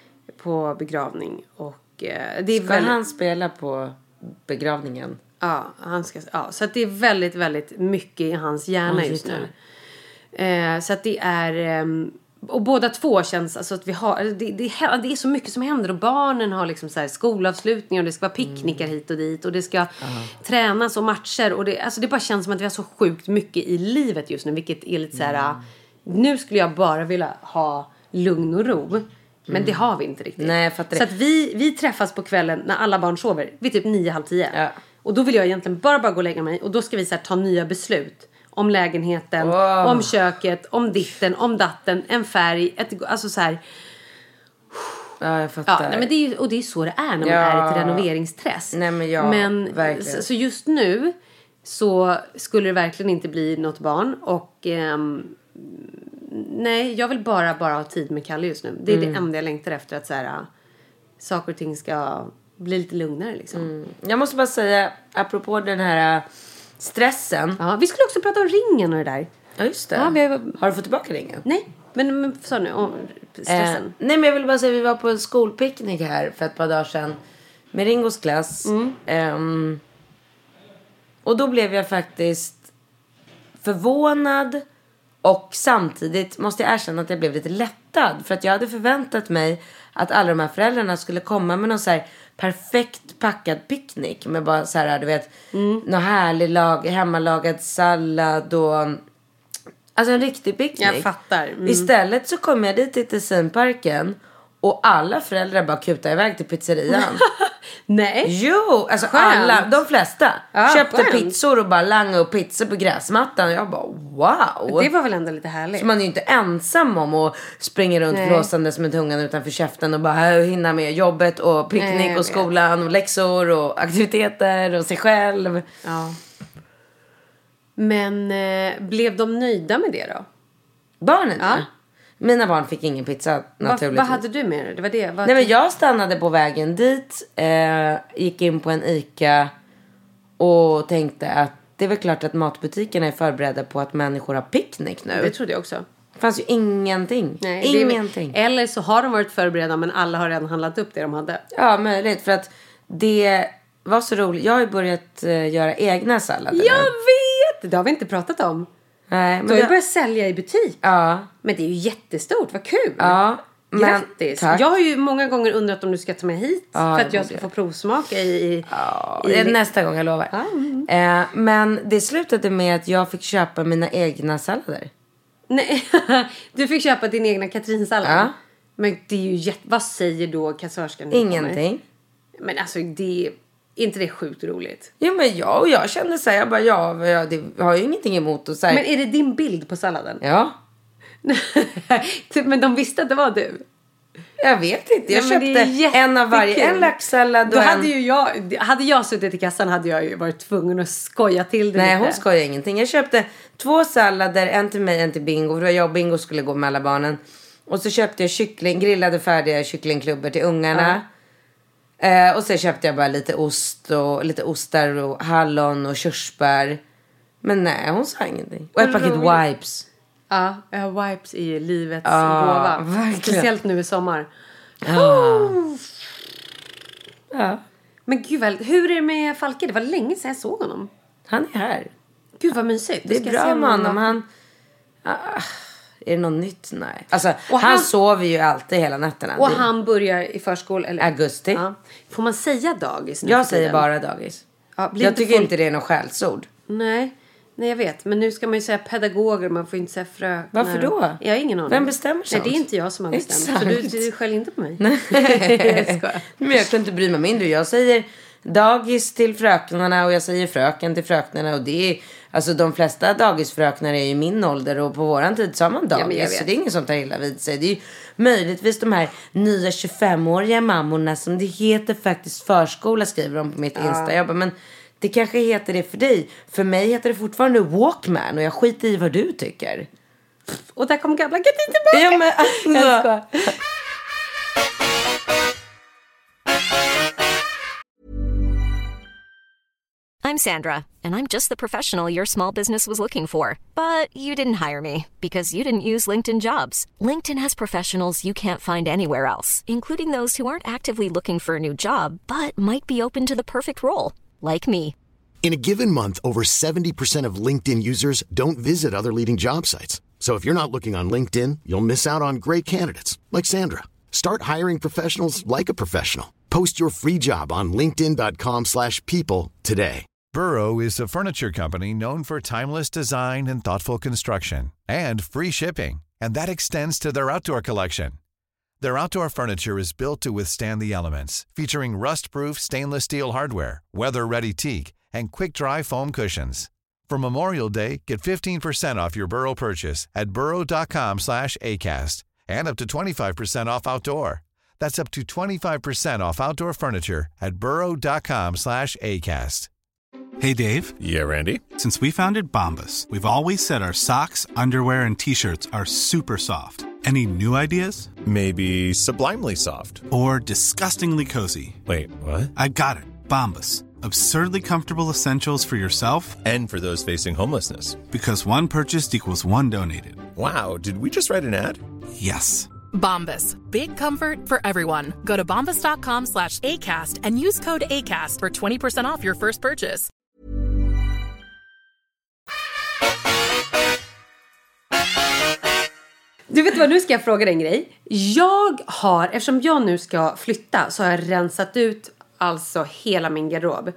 på begravning. Och, eh, det är ska väldigt, han spela på begravningen? Ja, han ska, ja, så att det är väldigt, väldigt mycket i hans hjärna ja, just nu. Eh, så att det är... Um, och båda två känns alltså att vi har det, det, det är så mycket som händer och barnen har liksom så här skolavslutningar och det ska vara picknickar mm. hit och dit och det ska uh-huh. tränas och matcher och det alltså det bara känns som att vi har så sjukt mycket i livet just nu, vilket är lite så här mm. nu skulle jag bara vilja ha lugn och ro. Men mm. det har vi inte riktigt. Nej, jag fattar så det. att vi vi träffas på kvällen när alla barn sover vid typ nio, halv tio. Ja. Och då vill jag egentligen bara bara gå och lägga mig och då ska vi så här ta nya beslut. Om lägenheten, wow. om köket, om ditten, om datten, en färg, ett, alltså så här. Ja, jag fattar. Ja, nej, men det är, och det är så det är när man ja. är i ett renoveringstress. Nej, men ja, men verkligen. Så just nu så skulle det verkligen inte bli något barn. Och um, nej, jag vill bara, bara ha tid med Kalle just nu. Det är mm. det enda jag längtar efter, att så här, saker och ting ska bli lite lugnare liksom. Mm. Jag måste bara säga, apropå den här stressen. Ja, vi skulle också prata om ringen och det där. Ja, just det. Ja, vi har... har du fått tillbaka ringen? Nej, men, men sa nu om stressen. Eh, nej, men jag vill bara säga, vi var på en skolpicknick här för ett par dagar sedan med Ringos klass. Mm. Um, och då blev jag faktiskt förvånad och samtidigt måste jag erkänna att jag blev lite lättad. För att jag hade förväntat mig att alla de här föräldrarna skulle komma med någon så här perfekt packad picknick med bara så här, du vet, mm. någon härlig lag, hemmalagad sallad och alltså en riktig picknick. Jag fattar. Mm. Istället så kom jag dit till Tessinparken och alla föräldrar bara kutade iväg till pizzerian. Nej. Jo, alltså skönt. alla, de flesta ja, köpte skönt. pizzor och bara langade upp pizza på gräsmattan. Och jag bara, wow. Det var väl ändå lite härligt. Så man är ju inte ensam om att springa runt flåsandes med tungan utanför käften och bara hinna med jobbet och picknick Nej, och skolan och läxor och aktiviteter och sig själv. Ja. Men eh, blev de nöjda med det då? Barnen? Ja. Mina barn fick ingen pizza, naturligtvis. Vad hade du med dig? Det var det. Vad Nej, men jag stannade på vägen dit. Eh, gick in på en Ica. Och tänkte att det är väl klart att matbutikerna är förberedda på att människor har picknick nu. Det trodde jag också. Det fanns ju ingenting. Nej, ingenting. Väl, eller så har de varit förberedda men alla har redan handlat upp det de hade. Ja, möjligt. För att det var så roligt. Jag har ju börjat uh, göra egna sallader. Jag vet! Det har vi inte pratat om. Nej, men du har ju det... börjat sälja i butik. Ja. Men det är ju jättestort, vad kul. Ja, Grattis. Tack. Jag har ju många gånger undrat om du ska ta med hit. Ja, för att jag borde. ska få provsmaka i... i, Ja, i nästa gång, jag lovar. Ah, mm. eh, men det slutade med att jag fick köpa mina egna sallader. Nej, du fick köpa din egna katrinsallad. Ja. Men det är ju jätte... Vad säger då kassörskan? Ingenting. Men alltså, det... Är inte det sjukt roligt? Jo, men jag och jag kände så här, jag bara, ja, jag det, jag har ju ingenting emot och så här. Men är det din bild på salladen? Ja. Men de visste att det var du? Jag vet inte, jag Nej, köpte en av varje. En laxsallad och Då en... hade ju jag, hade jag suttit i kassan hade jag ju varit tvungen att skoja till det. Nej, lite. hon skojar ingenting. Jag köpte två sallader, en till mig, en till Bingo. För det var jag och Bingo skulle gå med alla barnen. Och så köpte jag kyckling, grillade färdiga kycklingklubbor till ungarna. Ja. Eh, och så köpte jag bara lite ost och lite ostar och hallon och körsbär. Men nej, hon sa ingenting. Och ett paket wipes. Ja, uh, wipes är ju livets Ja, gåva. verkligen. Speciellt nu i sommar. Ja. Ja. Men gud väl, hur är det med Falke? Det var länge sedan jag såg honom. Han är här. Gud vad mysigt. Det är Ska bra se om med han honom. var- Han... Ah, är det något nytt? Nej. Alltså, Och han... han- sover ju alltid hela nätterna. Och Det- han börjar i förskola eller? Augusti. Ja. Får man säga dagis nu Jag för säger tiden? bara dagis. Ja, blir jag inte tycker folk- inte det är något skällsord. Nej. Nej, jag vet. Men nu ska man ju säga pedagoger. Man får inte säga fröknar. Varför då? Jag har ingen aning. Vem bestämmer sånt? Nej, det är inte jag som har bestämt. Exakt. Så du, du skäller inte på mig. Nej. Jag skojar. Men jag kan inte bry mig mindre. Jag säger dagis till fröknarna och jag säger fröken till fröknarna. Och det är, alltså de flesta dagisfröknar är ju min ålder och på våran tid sa man men jag dagis. vet. Så det är ingen som tar illa vid sig. Det är ju möjligtvis de här nya tjugofemåriga mammorna som det heter faktiskt förskola, skriver de på mitt Insta. Jag bara, men det kanske heter det för dig. För mig heter det fortfarande Walkman och jag skiter i vad du tycker. Och där kom gamla Katrin tillbaka. Ja, men alltså. Jag skojar. I'm Sandra, and I'm just the professional your small business was looking for. But you didn't hire me because you didn't use LinkedIn Jobs. LinkedIn has professionals you can't find anywhere else, including those who aren't actively looking for a new job, but might be open to the perfect role, like me. In a given month, over seventy percent of LinkedIn users don't visit other leading job sites. So if you're not looking on LinkedIn, you'll miss out on great candidates like Sandra. Start hiring professionals like a professional. Post your free job on linkedin dot com slash people today. Burrow is a furniture company known for timeless design and thoughtful construction and free shipping, and that extends to their outdoor collection. Their outdoor furniture is built to withstand the elements, featuring rust-proof stainless steel hardware, weather-ready teak, and quick-dry foam cushions. For Memorial Day, get fifteen percent off your Burrow purchase at burrow dot com slash acast, and up to twenty-five percent off outdoor. That's up to twenty-five percent off outdoor furniture at burrow dot com slash acast. Hey, Dave. Yeah, Randy. Since we founded Bombas, we've always said our socks, underwear, and T-shirts are super soft. Any new ideas? Maybe sublimely soft. Or disgustingly cozy. Wait, what? I got it. Bombas. Absurdly comfortable essentials for yourself and for those facing homelessness. Because one purchased equals one donated. Wow, did we just write an ad? Yes. Bombas. Big comfort for everyone. Go to bombas dot com slash ACAST and use code ACAST for twenty percent off your first purchase. Du vet vad, nu ska jag fråga dig en grej. Jag har, eftersom jag nu ska flytta, så har jag rensat ut alltså hela min garderob.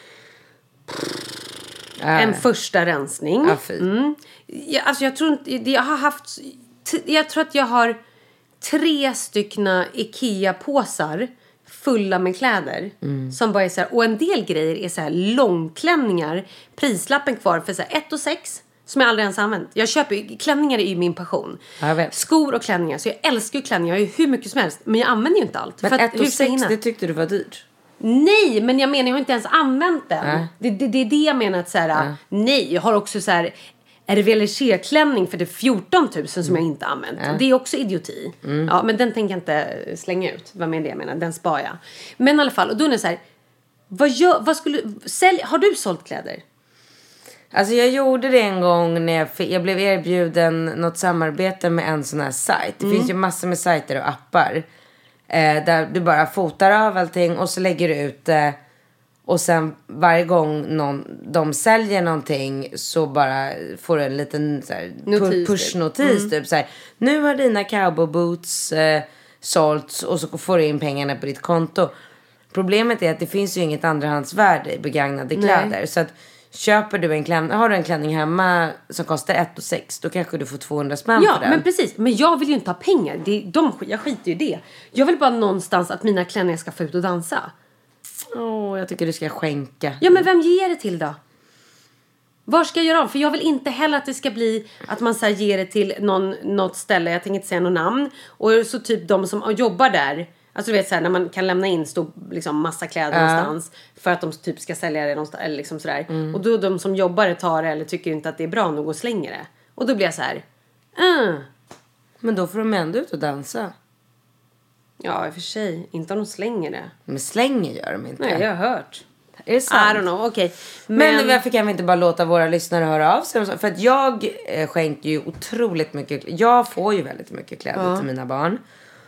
Äh. En första rensning. Ja, fy. Mm. Jag, alltså jag tror inte, jag har haft, jag tror att jag har tre styckna Ikea-påsar fulla med kläder. Mm. Som bara är så här, och en del grejer är så här långklänningar. Prislappen kvar för så här ett och sex. Som jag aldrig ens använt. Jag köper, klänningar är ju min passion. Jag vet. Skor och klänningar. Så jag älskar ju klänningar. Jag har ju hur mycket som helst. Men jag använder ju inte allt. Men för att, ett och hur ska jag sex, hinna? det tyckte du var dyrt. Nej, men jag menar jag har inte ens använt den. Äh. Det, det, det är det jag menar att så här, äh. nej, jag har också så här RVLG-klänning för det är fjorton tusen som jag inte använt. Äh. Det är också idioti. Mm. Ja, men den tänker jag inte slänga ut. Vad med det jag menar? Den spar jag. Men i alla fall, och då är det så här, vad gör, vad skulle, sälj, har du sålt kläder? Alltså jag gjorde det en gång när jag, fick, jag blev erbjuden något samarbete med en sån här sajt. Det mm. finns ju massor med sajter och appar. Eh, där du bara fotar av allting och så lägger du ut det. Eh, och sen varje gång någon, de säljer någonting så bara får du en liten så här, notis, pushnotis. mm. Typ så här, nu har dina cowboyboots eh, sålts och så får du in pengarna på ditt konto. Problemet är att det finns ju inget andrahandsvärde i begagnade kläder. Nej. Så att köper du en klänning, har du en klänning hemma som kostar ett och sex, då kanske du får tvåhundra spänn ja, för den. Ja, men precis. Men jag vill ju inte ha pengar. Det är, de, jag skiter ju i det. Jag vill bara någonstans att mina klänningar ska få ut och dansa. Åh, oh, jag tycker du ska skänka. Ja, men vem ger det till då? Var ska jag göra av? För jag vill inte heller att det ska bli att man så här ger det till någon, något ställe. Jag tänker inte säga någon namn. Och så typ de som jobbar där. Alltså du vet så här, när man kan lämna in stor, liksom, massa kläder uh. någonstans. För att de typ ska sälja det någonstans. Eller liksom sådär. Mm. Och då de som jobbar tar det eller tycker inte att det är bra nog och slänger det. Och då blir jag så här. Uh. Men då får de ändå ut och dansa. Ja, i och för sig. Inte om de slänger det. Men slänger gör de inte. Nej, jag har hört. Är det sant? I don't know, okej. Okay. Men... Men varför kan vi inte bara låta våra lyssnare höra av sig? För att jag eh, skänker ju otroligt mycket. Jag får ju väldigt mycket kläder ja. till mina barn.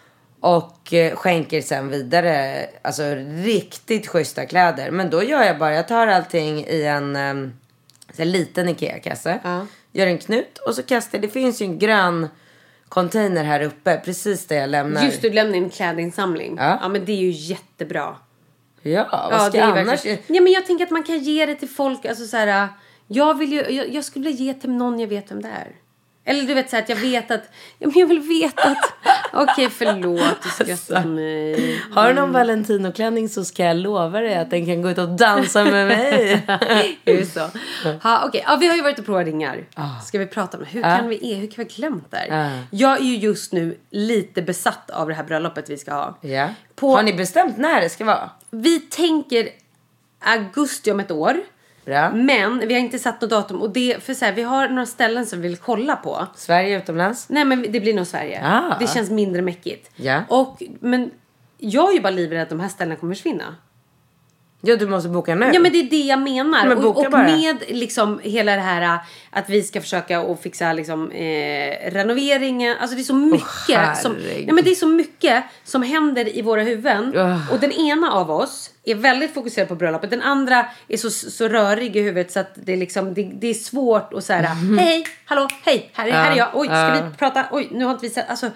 Och eh, skänker sen vidare. Alltså riktigt schyssta kläder. Men då gör jag bara, jag tar allting i en, eh, en liten Ikea-kasse. Ja. Gör en knut och så kastar. Det finns ju en grön container här uppe. Precis där jag lämnar. Just du lämnar en klädinsamling. Ja. Ja, men det är ju jättebra. Ja, vad ska ja, jag annars? Ja, men jag tänker att man kan ge det till folk. Alltså så här, jag vill ju, jag, jag skulle vilja ge till någon jag vet vem det är. Eller du vet så här, att jag vet att, ja, men jag vill veta att, okej okay, förlåt, du skrattar mig. Mm. Har du någon Valentino-klänning så ska jag lova dig att den kan gå ut och dansa med mig. Är det så? Ha, okay. Ja, vi har ju varit och provat ringar. Ska vi prata om hur kan vi, hur kan vi glömt där? Jag är ju just nu lite besatt av det här bröllopet vi ska ha. Ja. På, har ni bestämt när det ska vara? Vi tänker augusti om ett år. Bra. Men vi har inte satt något datum. Och det, för så här, vi har några ställen som vi vill kolla på. Sverige utomlands? Nej, men det blir nog Sverige. Ah. Det känns mindre mäckigt. Ja. Och, men jag är ju bara livrädd att de här ställena kommer försvinna. Ja, du måste boka nu. Ja, men det är det jag menar. Men och och bara. med liksom hela det här att vi ska försöka och fixa liksom eh, renoveringen. Alltså det är så mycket oh, som ja, men det är så mycket som händer i våra huvuden. Oh. Och den ena av oss är väldigt fokuserad på bröllopet. Den andra är så så rörig i huvudet så att det är liksom det, det är svårt att säga mm. hej, hallå, hej, här är, uh, här är jag. Oj, ska uh. vi prata? Oj, nu har inte vi sett alltså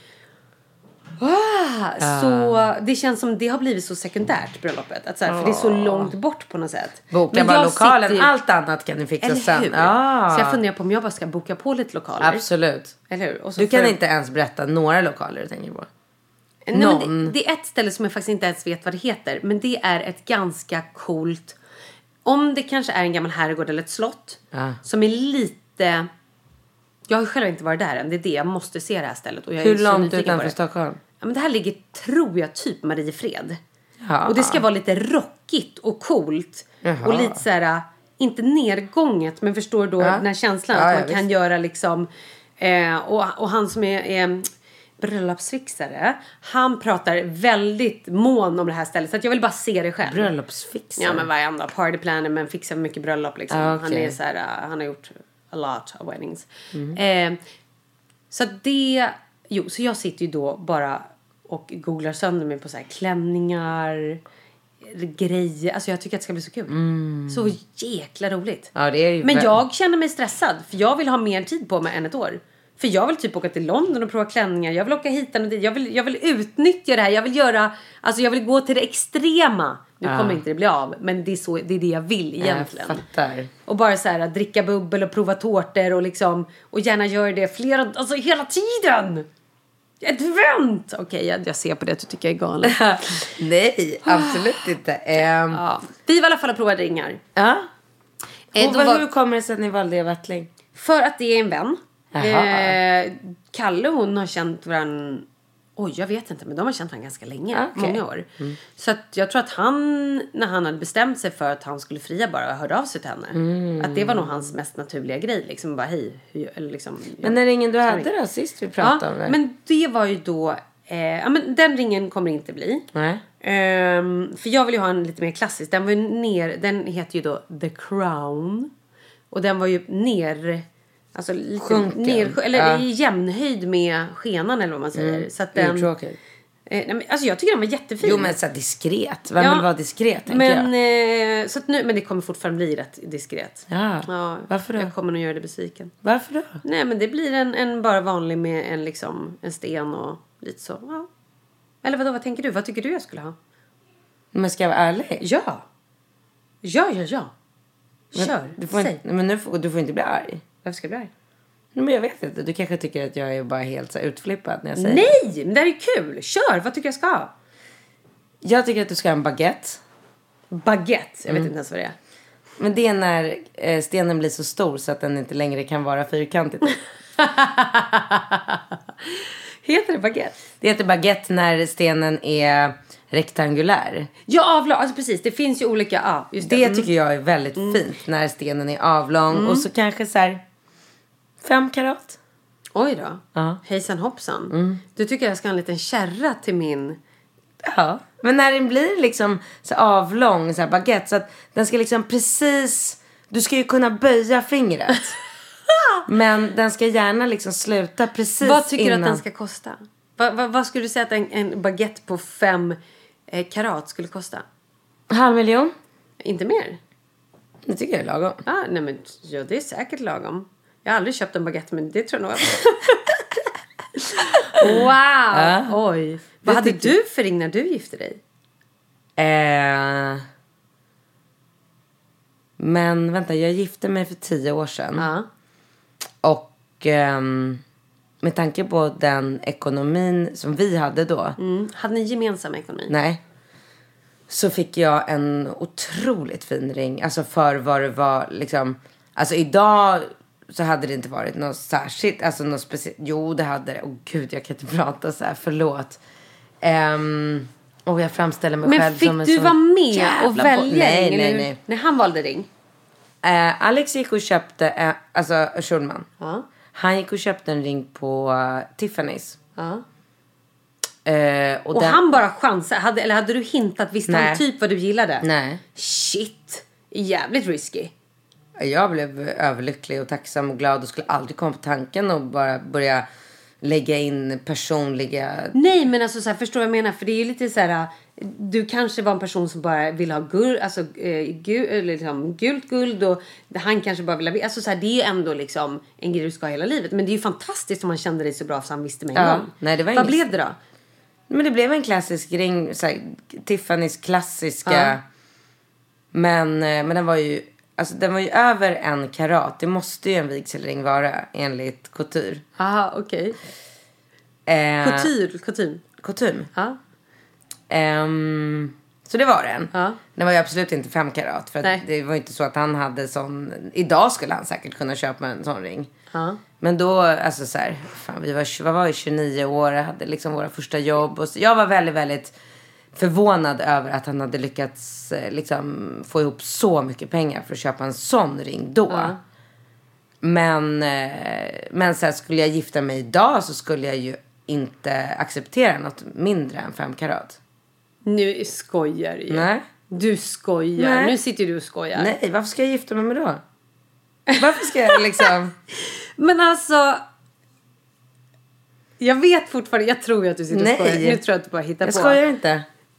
Ah, uh. Så det känns som det har blivit så sekundärt bröllopet att så här, för det är så långt bort på något sätt. Boka men bara lokalen, sitter... allt annat kan du fixa eller sen. Ah. Så jag funderar på om jag bara ska boka på lite lokaler. Absolut. Eller hur? Och så du kan jag... inte ens berätta några lokaler du tänker på. Nej, men det, det är ett ställe som jag faktiskt inte ens vet vad det heter, men det är ett ganska coolt. Om det kanske är en gammal herrgård eller ett slott ah. som är lite. Jag har själv inte varit där än. Det är det jag måste se det här stället och jag hur är långt så utanför Stockholm? Ja, men det här ligger, tror jag, typ Mariefred. Ja. Och det ska vara lite rockigt och coolt. Jaha. Och lite så här, inte nedgånget, men förstår då ja. den här känslan. Ja, att man kan visst. göra liksom, eh, och, och han som är, är bröllopsfixare, han pratar väldigt mån om det här stället. Så att jag vill bara se det själv. Bröllopsfixare? Ja, men varenda partyplaner, men fixar mycket bröllop liksom. Ah, okay. Han är så här, han har gjort a lot of weddings. Mm. Eh, så det... Jo, så jag sitter ju då bara och googlar sönder mig på så här klänningar, grejer. Alltså jag tycker att det ska bli så kul. Mm. Så jäkla roligt. Ja, det är ju men jag känner mig stressad. För jag vill ha mer tid på mig än ett år. För jag vill typ åka till London och prova klänningar. Jag vill åka hit och dit. Jag vill, jag vill utnyttja det här. Jag vill göra... Alltså jag vill gå till det extrema. Nu ja. kommer inte det bli av. Men det är, så, det är det jag vill egentligen. Jag fattar. Och bara så här dricka bubbel och prova tårtor. Och liksom... Och gärna göra det flera... Alltså hela tiden! Ett vänt! Okej, okay, jag, jag ser på det att du tycker jag är galen. Nej, absolut inte. Um... Ja. Vi var i alla fall att prova ringar. Ja. Eh, och vad, var... hur kommer det sig att ni valde Wattling? För att det är en vän. Eh, Kalle och hon har känt varandra. Oj, jag vet inte, men de har känt varandra ganska länge, okay. många år. Mm. Så att jag tror att han, när han hade bestämt sig för att han skulle fria, bara hörde av sig till henne. Mm. Att det var nog hans mest naturliga grej, liksom bara hej. Eller liksom, men när ringen du hade då, sist vi pratade ja, om det? Men det var ju då, eh, ja men den ringen kommer inte bli. Nej. Um, för jag vill ju ha en lite mer klassisk. Den var ju ner, den heter ju då The Crown. Och den var ju ner... Alltså lite ner, eller ja. i jämnhöjd med skenan eller vad man säger. Mm. Så att den, eh, nej, men, alltså jag tycker den var jättefin. Jo, men så diskret. Vem ja, vill vara diskret, tänker men, jag. Eh, så att nu, men det kommer fortfarande bli rätt diskret. Ja. Ja, varför då? Jag kommer nog göra det besviken. Varför då? Nej, men det blir en, en bara vanlig med en, liksom, en sten och lite så. Ja. Eller vadå, vad tänker du? Vad tycker du jag skulle ha? Men ska jag vara ärlig? Ja. Ja, ja, ja. Kör, men, du får säg. Inte, men nu får, du får inte bli arg. Varför ska jag bli arg? Nej, men jag vet inte. Du kanske tycker att jag är bara helt så här utflippad när jag säger Nej, det. men det här är kul. Kör, vad tycker jag ska ha? Jag tycker att du ska ha en baguette. Baguette? Jag vet Mm. inte ens vad det är. Men det är när eh, stenen blir så stor så att den inte längre kan vara fyrkantig. Heter det baguette? Det heter baguette när stenen är rektangulär. Ja, avlång. Alltså precis, det finns ju olika. Ja, just det. Det Mm. tycker jag är väldigt Mm. fint när stenen är avlång. Mm. Och så kanske så här fem karat. Oj då. Ja. Hejsan hoppsan. Mm. Du tycker jag ska ha en liten kärra till min... Ja. Men när den blir liksom så avlång så här baguette så att den ska liksom precis... Du ska ju kunna böja fingret. Men den ska gärna liksom sluta precis Vad tycker innan... du att den ska kosta? Va, va, vad skulle du säga att en, en baguette på fem eh, karat skulle kosta? Halv miljon? Inte mer? Det tycker jag är lagom. Ah, nej men ja, det är säkert lagom. Jag har aldrig köpt en baguette, men det tror jag nog att... Wow! Ja. Oj. Vad Det hade tyckte- du för ring när du gifte dig? Eh... Men vänta, jag gifte mig för tio år sedan. Ja. Och ehm, med tanke på den ekonomin som vi hade då. Mm. Hade ni gemensam ekonomi? Nej. Så fick jag en otroligt fin ring. Alltså för vad det var liksom. Alltså idag så hade det inte varit något särskilt. Alltså något speciellt. Jo, det hade det. Åh gud, jag kan inte prata så här. Förlåt. Um, och jag framställer mig Men själv fick som en du sån vara med jävla och välja bo- nej, ring? nej, eller? nej. När han valde ring? Eh, Alex gick och köpte, eh, alltså Schulman. Ja. Han gick och köpte en ring på uh, Tiffany's. Ja. Eh, och Och den, han bara chansade? Hade, eller hade du hintat? Visste Nej. han typ vad du gillade? Nej. Shit. Jävligt risky. Jag blev överlycklig och tacksam och glad och skulle aldrig komma på tanken och bara börja lägga in personliga... Nej, men alltså så här, förstår vad jag menar? För det är ju lite så här... Du kanske var en person som bara vill ha guld, alltså, eh, gul, eller liksom, gult guld och han kanske bara vill ha... Alltså så här, det är ju ändå liksom en grej du ska ha hela livet. Men det är ju fantastiskt om man kände dig så bra så han visste med en Ja, gång. nej, det var Vad inget- blev det då? Men det blev en klassisk ring, så här, Tiffany's klassiska. Ja. Men, eh, men den var ju... Alltså den var ju över en karat. Det måste ju en vigselring vara enligt couture. Aha, okej. Eh, Couture, kutym. Kutym. Ja. Ehm, så det var den. Ja. Den var ju absolut inte fem karat. För att Nej. det var ju inte så att han hade sån... Idag skulle han säkert kunna köpa en sån ring. Ja. Men då, alltså så här, fan, vi var, vad var vi, tjugonio år, hade liksom våra första jobb. Och så, jag var väldigt, väldigt förvånad över att han hade lyckats eh, liksom få ihop så mycket pengar för att köpa en sån ring då. Ja. Men, eh, men så här, skulle jag gifta mig idag så skulle jag ju inte acceptera något mindre än fem karat. Nu skojar ju. Nej. Du skojar. Nej. Nu sitter du och skojar. Nej, varför ska jag gifta mig med då? Varför ska jag liksom... Men alltså... Jag vet fortfarande... Jag tror ju att du sitter och Nej. skojar. Nu tror jag att du bara hittar Jag på. skojar inte.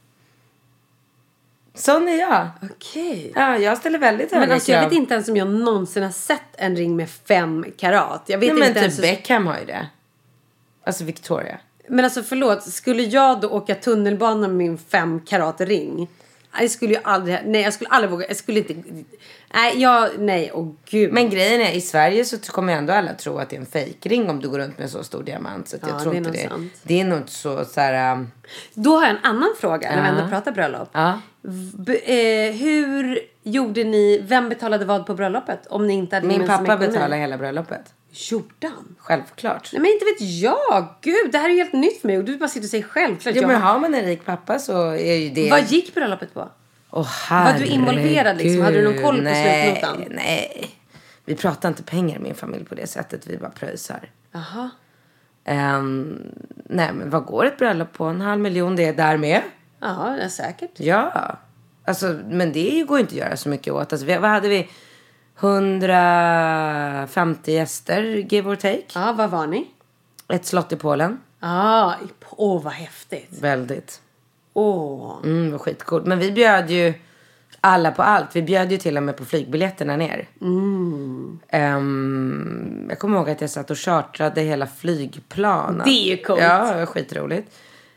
Sån är jag. Okej. Ja, jag ställer väldigt höga Men alltså jag krav. vet inte ens om jag någonsin har sett en ring med fem karat. Jag vet Nej, men inte typ ens... Beckham har ju det. Alltså Victoria. Men alltså förlåt. Skulle jag då åka tunnelbana med min fem karat ring? Jag skulle ju aldrig... Nej, jag skulle aldrig våga. Jag skulle inte... Nej, jag... Nej, åh gud. Men grejen är, i Sverige så kommer ändå alla tro att det är en fejkring om du går runt med en så stor diamant. Så att Ja, jag tror det är inte nog det. sant. Det är nog inte så, så här... Um... Då har jag en annan fråga när vi Ja. ändå pratar bröllop. Ja. B- eh, hur gjorde ni... Vem betalade vad på bröllopet? Om ni inte hade Min gemensam pappa ekonomi? betalade hela bröllopet. Gjorde han? Självklart. Nej men inte vet jag. Gud, det här är ju helt nytt för mig. Och du bara sitter och säger självklart. Jo, Jag- men har man en rik pappa så är ju det... Vad gick bröllopet på? Åh, Var du involverad liksom? Hade du någon koll på nej, slutnotan? Nej, vi pratar inte pengar i min familj på det sättet. Vi bara pröjsar. Jaha. Um, nej, men vad går ett bröllop på? En halv miljon, det är där med. Ja, det är säkert. Ja, alltså, men det går inte att göra så mycket åt. Alltså, vi, vad hade vi? hundrafemtio gäster, give or take. Ja, vad var ni? Ett slott i Polen. Ja, åh vad häftigt. Väldigt. Åh. Mm, det var skitcoolt. Men vi bjöd ju alla på allt. Vi bjöd ju till och med på flygbiljetterna ner. Mm. Um, jag kommer ihåg att jag satt och chartrade hela flygplanen. Det är ju coolt. Ja, det var skitroligt.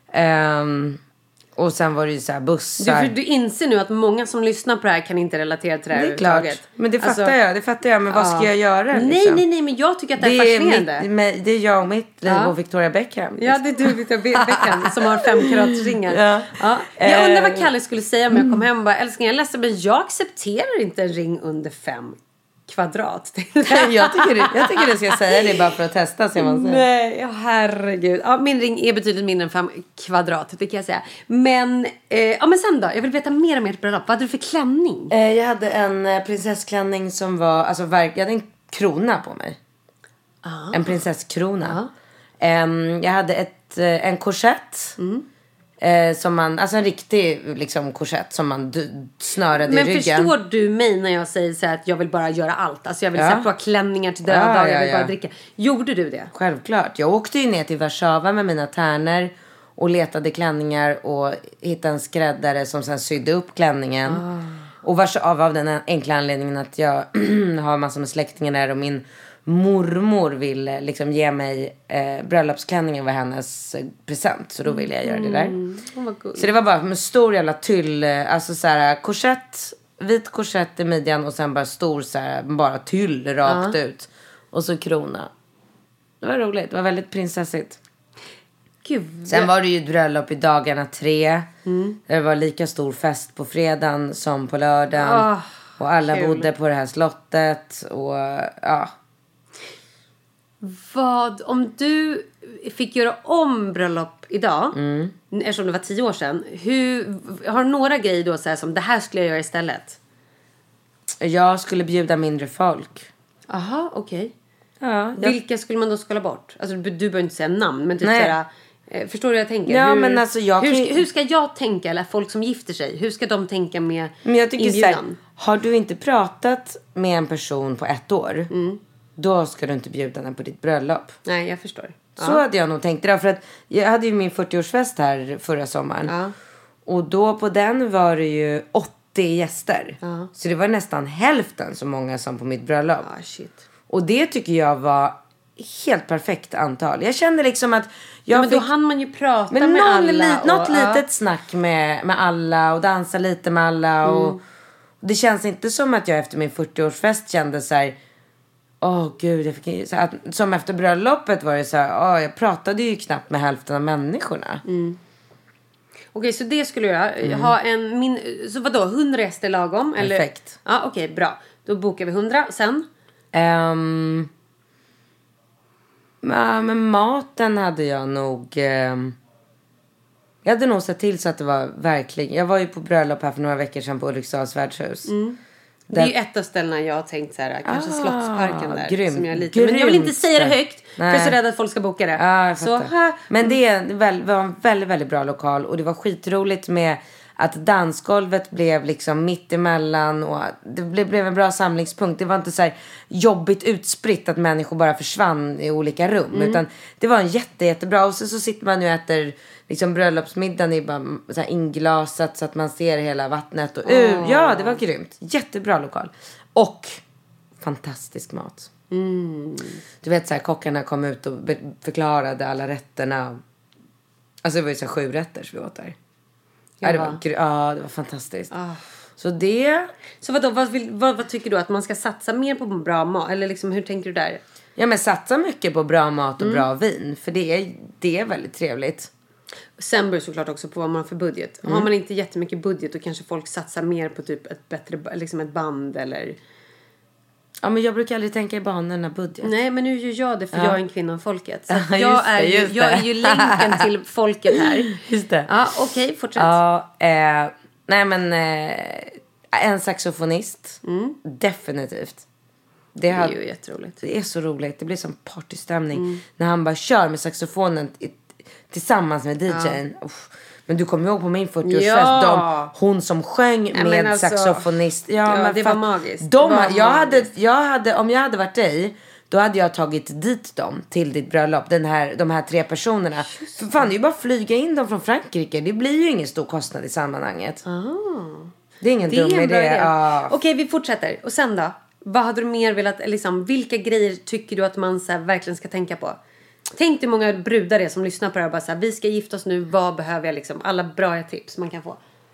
Um, och sen var det ju så här bussar. Du, för du inser nu att många som lyssnar på det här kan inte relatera till det här. Det är klart. Men det fattar alltså, jag. Det fattar jag. Men vad ska jag göra? Liksom? Nej, nej, nej. Men jag tycker att det, det är fascinerande. Är mitt, det är jag och mitt liv ja. och Victoria Beckham. Liksom. Ja, det är du Victoria Beckham som har fem karatsringar. Ja. Ja. Jag undrar vad Kalle skulle säga om jag kom hem och bara, älskling, jag är ledsen, men jag accepterar inte en ring under fem kvadrat. jag, tycker det, jag tycker du ska säga det bara för att testa. Så man säger. Nej, herregud. Ja, min ring är betydligt mindre än fem kvadrat, det kan jag säga. Men, eh, ja, men sen då? Jag vill veta mer om ert bröllop. Vad hade du för klänning? Eh, jag hade en eh, prinsessklänning som var, alltså verk, jag hade en krona på mig. Ah. En prinsesskrona. Ah. Eh, jag hade ett, eh, en korsett. Mm. Eh, som man, alltså en riktig liksom korsett som man d- snörade men i ryggen. Men förstår du mig när jag säger så här att jag vill bara göra allt? Alltså jag vill ja. sätta på klänningar till döda ja, och jag vill ja, bara ja. dricka. Gjorde du det? Självklart. Jag åkte ju ner till Warszawa med mina tärnor och letade klänningar och hittade en skräddare som sen sydde upp klänningen. Ah. Och Warszawa av den enkla anledningen att jag har massor med släktingar där och min mormor ville liksom ge mig eh, bröllopsklänningen var hennes eh, present. Så då ville jag göra det där. Mm. Oh, så det var bara med stor jävla tyll. Eh, alltså så här korsett. Vit korsett i midjan. Och sen bara stor så här, bara tyll rakt uh. ut. Och så krona. Det var roligt. Det var väldigt prinsessigt. Gud. Sen var det ju ett bröllop i dagarna tre. Mm. Det var lika stor fest på fredagen som på lördagen. Oh, och alla kul. bodde på det här slottet. Och ja... Vad, om du fick göra om bröllop idag, mm. eftersom det var tio år sedan, hur, har du några grejer då så här, som det här skulle jag göra istället? Jag skulle bjuda mindre folk. Aha, okej. Okay. Ja, jag... Vilka skulle man då skala bort? Alltså du, du behöver inte säga namn, men typ såhär, eh, förstår du vad jag tänker? Ja, hur, men alltså jag hur, kan... ska, hur ska jag tänka, eller folk som gifter sig, hur ska de tänka med men jag tycker inbjudan? Så här, har du inte pratat med en person på ett år, mm. då ska du inte bjuda den på ditt bröllop. Nej, jag förstår. Så ja. hade jag nog tänkt det. För att jag hade ju min fyrtioårsfest här förra sommaren. Ja. Och då på den var det ju åttio gäster. Ja. Så det var nästan hälften så många som på mitt bröllop. Ah, shit. Och det tycker jag var helt perfekt antal. Jag kände liksom att... Jag ja, men fick... då hann man ju prata men med någon alla. Li- och, något ja. litet snack med, med alla. Och dansa lite med alla. Mm. Och det känns inte som att jag efter min fyrtioårsfest kände så här... Åh oh, gud, jag fick, så att, som efter bröllopet var det så här, oh, jag pratade ju knappt med hälften av människorna. Mm. Okej, okay, så det skulle jag mm. ha en, min, så vadå, hundra gäster lagom? Perfekt. Ja, okej, okay, bra. Då bokar vi hundra, sen? Um, ja, men maten hade jag nog, um, jag hade nog sett till så att det var verkligen, jag var ju på bröllop här för några veckor sedan på Ulriksdals värdshus. Mm. Det är ju ett av ställena jag har tänkt så här, kanske ah, Slottsparken där. Grym, som jag lite, men jag vill inte säga det högt. Nej. För jag är så rädd att folk ska boka det. Ah, så, men det är väl, var en väldigt, väldigt bra lokal. Och det var skitroligt med att dansgolvet blev liksom mitt emellan. Och det blev, blev en bra samlingspunkt. Det var inte så här jobbigt utspritt att människor bara försvann i olika rum. Mm. Utan det var en jätte, jättebra. Och så, så sitter man ju och äter liksom bröllopsmiddagen är bara så här inglasat så att man ser hela vattnet. Och, uh, ja, det var grymt. Jättebra lokal. Och fantastisk mat. Mm. Du vet så här, kockarna kom ut och be- förklarade alla rätterna. Alltså det var ju så här sju rätter som vi åt där. Ja, det var, ja, det var fantastiskt. Ah. Så det... Så vadå, vad, vill, vad, vad tycker du? Att man ska satsa mer på bra mat? Eller liksom, hur tänker du där? Ja, men satsa mycket på bra mat och mm. bra vin. För det är, det är väldigt trevligt. Sen beror det såklart också på vad man har för budget. Mm. Har man inte jättemycket budget då kanske folk satsar mer på typ ett bättre, liksom ett band eller... Ja, men jag brukar aldrig tänka i banorna budget. Nej, men nu gör jag det för ja. jag är en kvinna av folket. Så ja, jag, det, är ju, jag är ju länken till folket här. Just det. Ja, okej, okay, fortsätt. Ja, eh, nej men eh, en saxofonist. Mm. Definitivt. Det, det är har, ju jätteroligt. Det är så roligt. Det blir som partystämning. Mm. När han bara kör med saxofonen i, tillsammans med D J:n. Ja. Men du kommer ihåg på min fyrtioårsfest. Ja. De, hon som sjöng ja, med alltså, saxofonist. Ja, ja men det fan, var magiskt. De, det var jag, magiskt. hade, jag hade, om jag hade varit dig, då hade jag tagit dit dem till ditt bröllop. Den här, de här tre personerna. För fan, det är ju bara flyga in dem från Frankrike. Det blir ju ingen stor kostnad i sammanhanget. Aha. Det är ingen det dum är idé. idé. Ja. Okej, vi fortsätter. Och sen då? Vad hade du mer velat, liksom, vilka grejer tycker du att man så här, verkligen ska tänka på? Tänk hur många brudar det är som lyssnar på det här och bara så här, vi ska gifta oss nu, vad behöver jag liksom? Alla bra tips man kan få.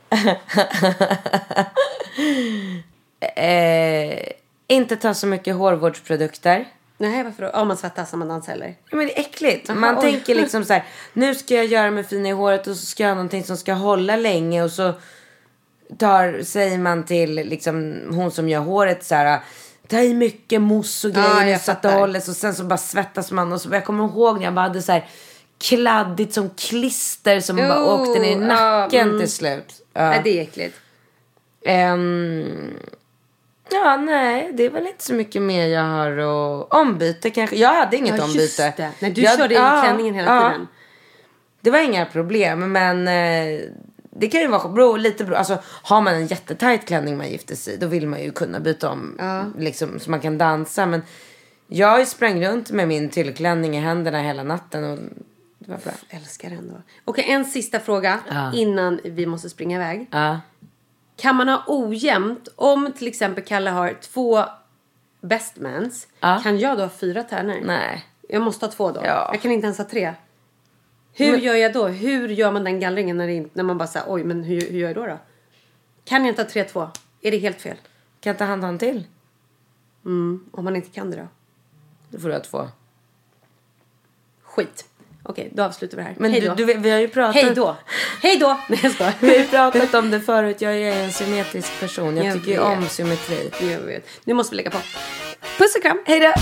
eh, inte ta så mycket hårvårdsprodukter. Nej, varför då? Ja, man svettas som man dansar eller? Ja, men det är äckligt. Aha, man oj. tänker liksom så här, nu ska jag göra mig fin i håret och så ska jag ha någonting som ska hålla länge. Och så tar, säger man till liksom, hon som gör håret så här, ta i mycket mousse och grejer ja, så att det håller. Och sen så bara svettas man. Och så, jag kommer ihåg när jag bara hade så här kladdigt som klister som oh, bara åkte ner i nacken uh, mm. till slut. Ja, uh. det är äckligt. Um, ja, nej, det är väl inte så mycket mer jag har och ombyte kanske. Jag hade inget ja, ombyte. Det. Nej, du jag, körde i ja, klänningen hela ja. tiden. Det var inga problem, men eh, det kan ju vara bro, lite bra. Alltså, har man en jättetajt klänning man gifter sig, då vill man ju kunna byta om ja. liksom, så man kan dansa. Men jag sprang runt med min tyllklänning i händerna hela natten och det var bra. Jag älskar den då. Okej, en sista fråga ja. innan vi måste springa iväg. Ja. Kan man ha ojämnt om till exempel Kalle har två bestmans? Ja. Kan jag då ha fyra tärnor? Nej. Jag måste ha två då. Ja. Jag kan inte ens ha tre. Hur men... gör jag då? Hur gör man den gallringen när, det inte, när man bara säger oj, men hur, hur gör jag då då? Kan jag inte ha tre, två? Är det helt fel? Kan jag inte han ha en till? Mm, om man inte kan det då? Då får du ha två. Skit. Okej, då avslutar vi det här. Men du, du, vi har ju pratat... Hej då! Hej då! Nej, jag skojar. Vi har ju pratat om det förut. Jag är en symmetrisk person. Jag, jag tycker ju om symmetri. Jag vet. Nu måste vi lägga på. Puss och kram. Hej då!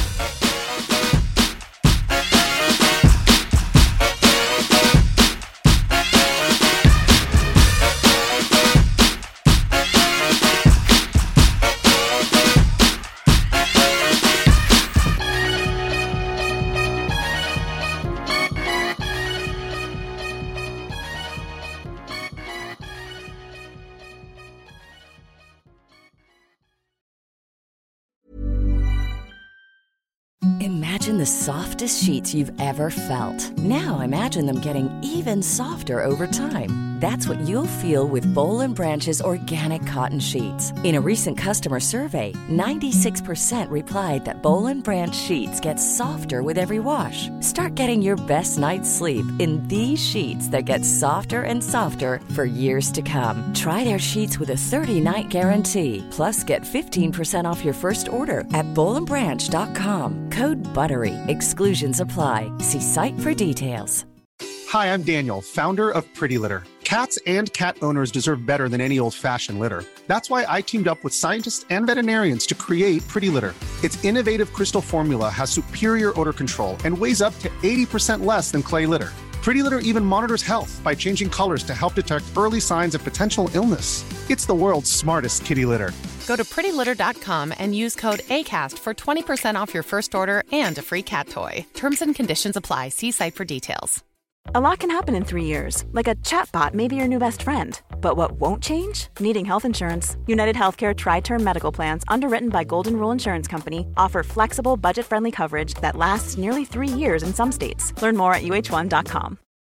Imagine the softest sheets you've ever felt. Now imagine them getting even softer over time. That's what you'll feel with Boll and Branch's organic cotton sheets. In a recent customer survey, ninety-six percent replied that Boll and Branch sheets get softer with every wash. Start getting your best night's sleep in these sheets that get softer and softer for years to come. Try their sheets with a thirty-night guarantee. Plus, get fifteen percent off your first order at boll and branch dot com. Code BUTTERY. Exclusions apply. See site for details. Hi, I'm Daniel, founder of Pretty Litter. Cats and cat owners deserve better than any old-fashioned litter. That's why I teamed up with scientists and veterinarians to create Pretty Litter. Its innovative crystal formula has superior odor control and weighs up to eighty percent less than clay litter. Pretty Litter even monitors health by changing colors to help detect early signs of potential illness. It's the world's smartest kitty litter. Go to pretty litter dot com and use code ACAST for twenty percent off your first order and a free cat toy. Terms and conditions apply. See site for details. A lot can happen in three years, like a chatbot may be your new best friend. But what won't change? Needing health insurance. United Healthcare Tri-Term Medical Plans, underwritten by Golden Rule Insurance Company, offer flexible, budget-friendly coverage that lasts nearly three years in some states. Learn more at U H one dot com.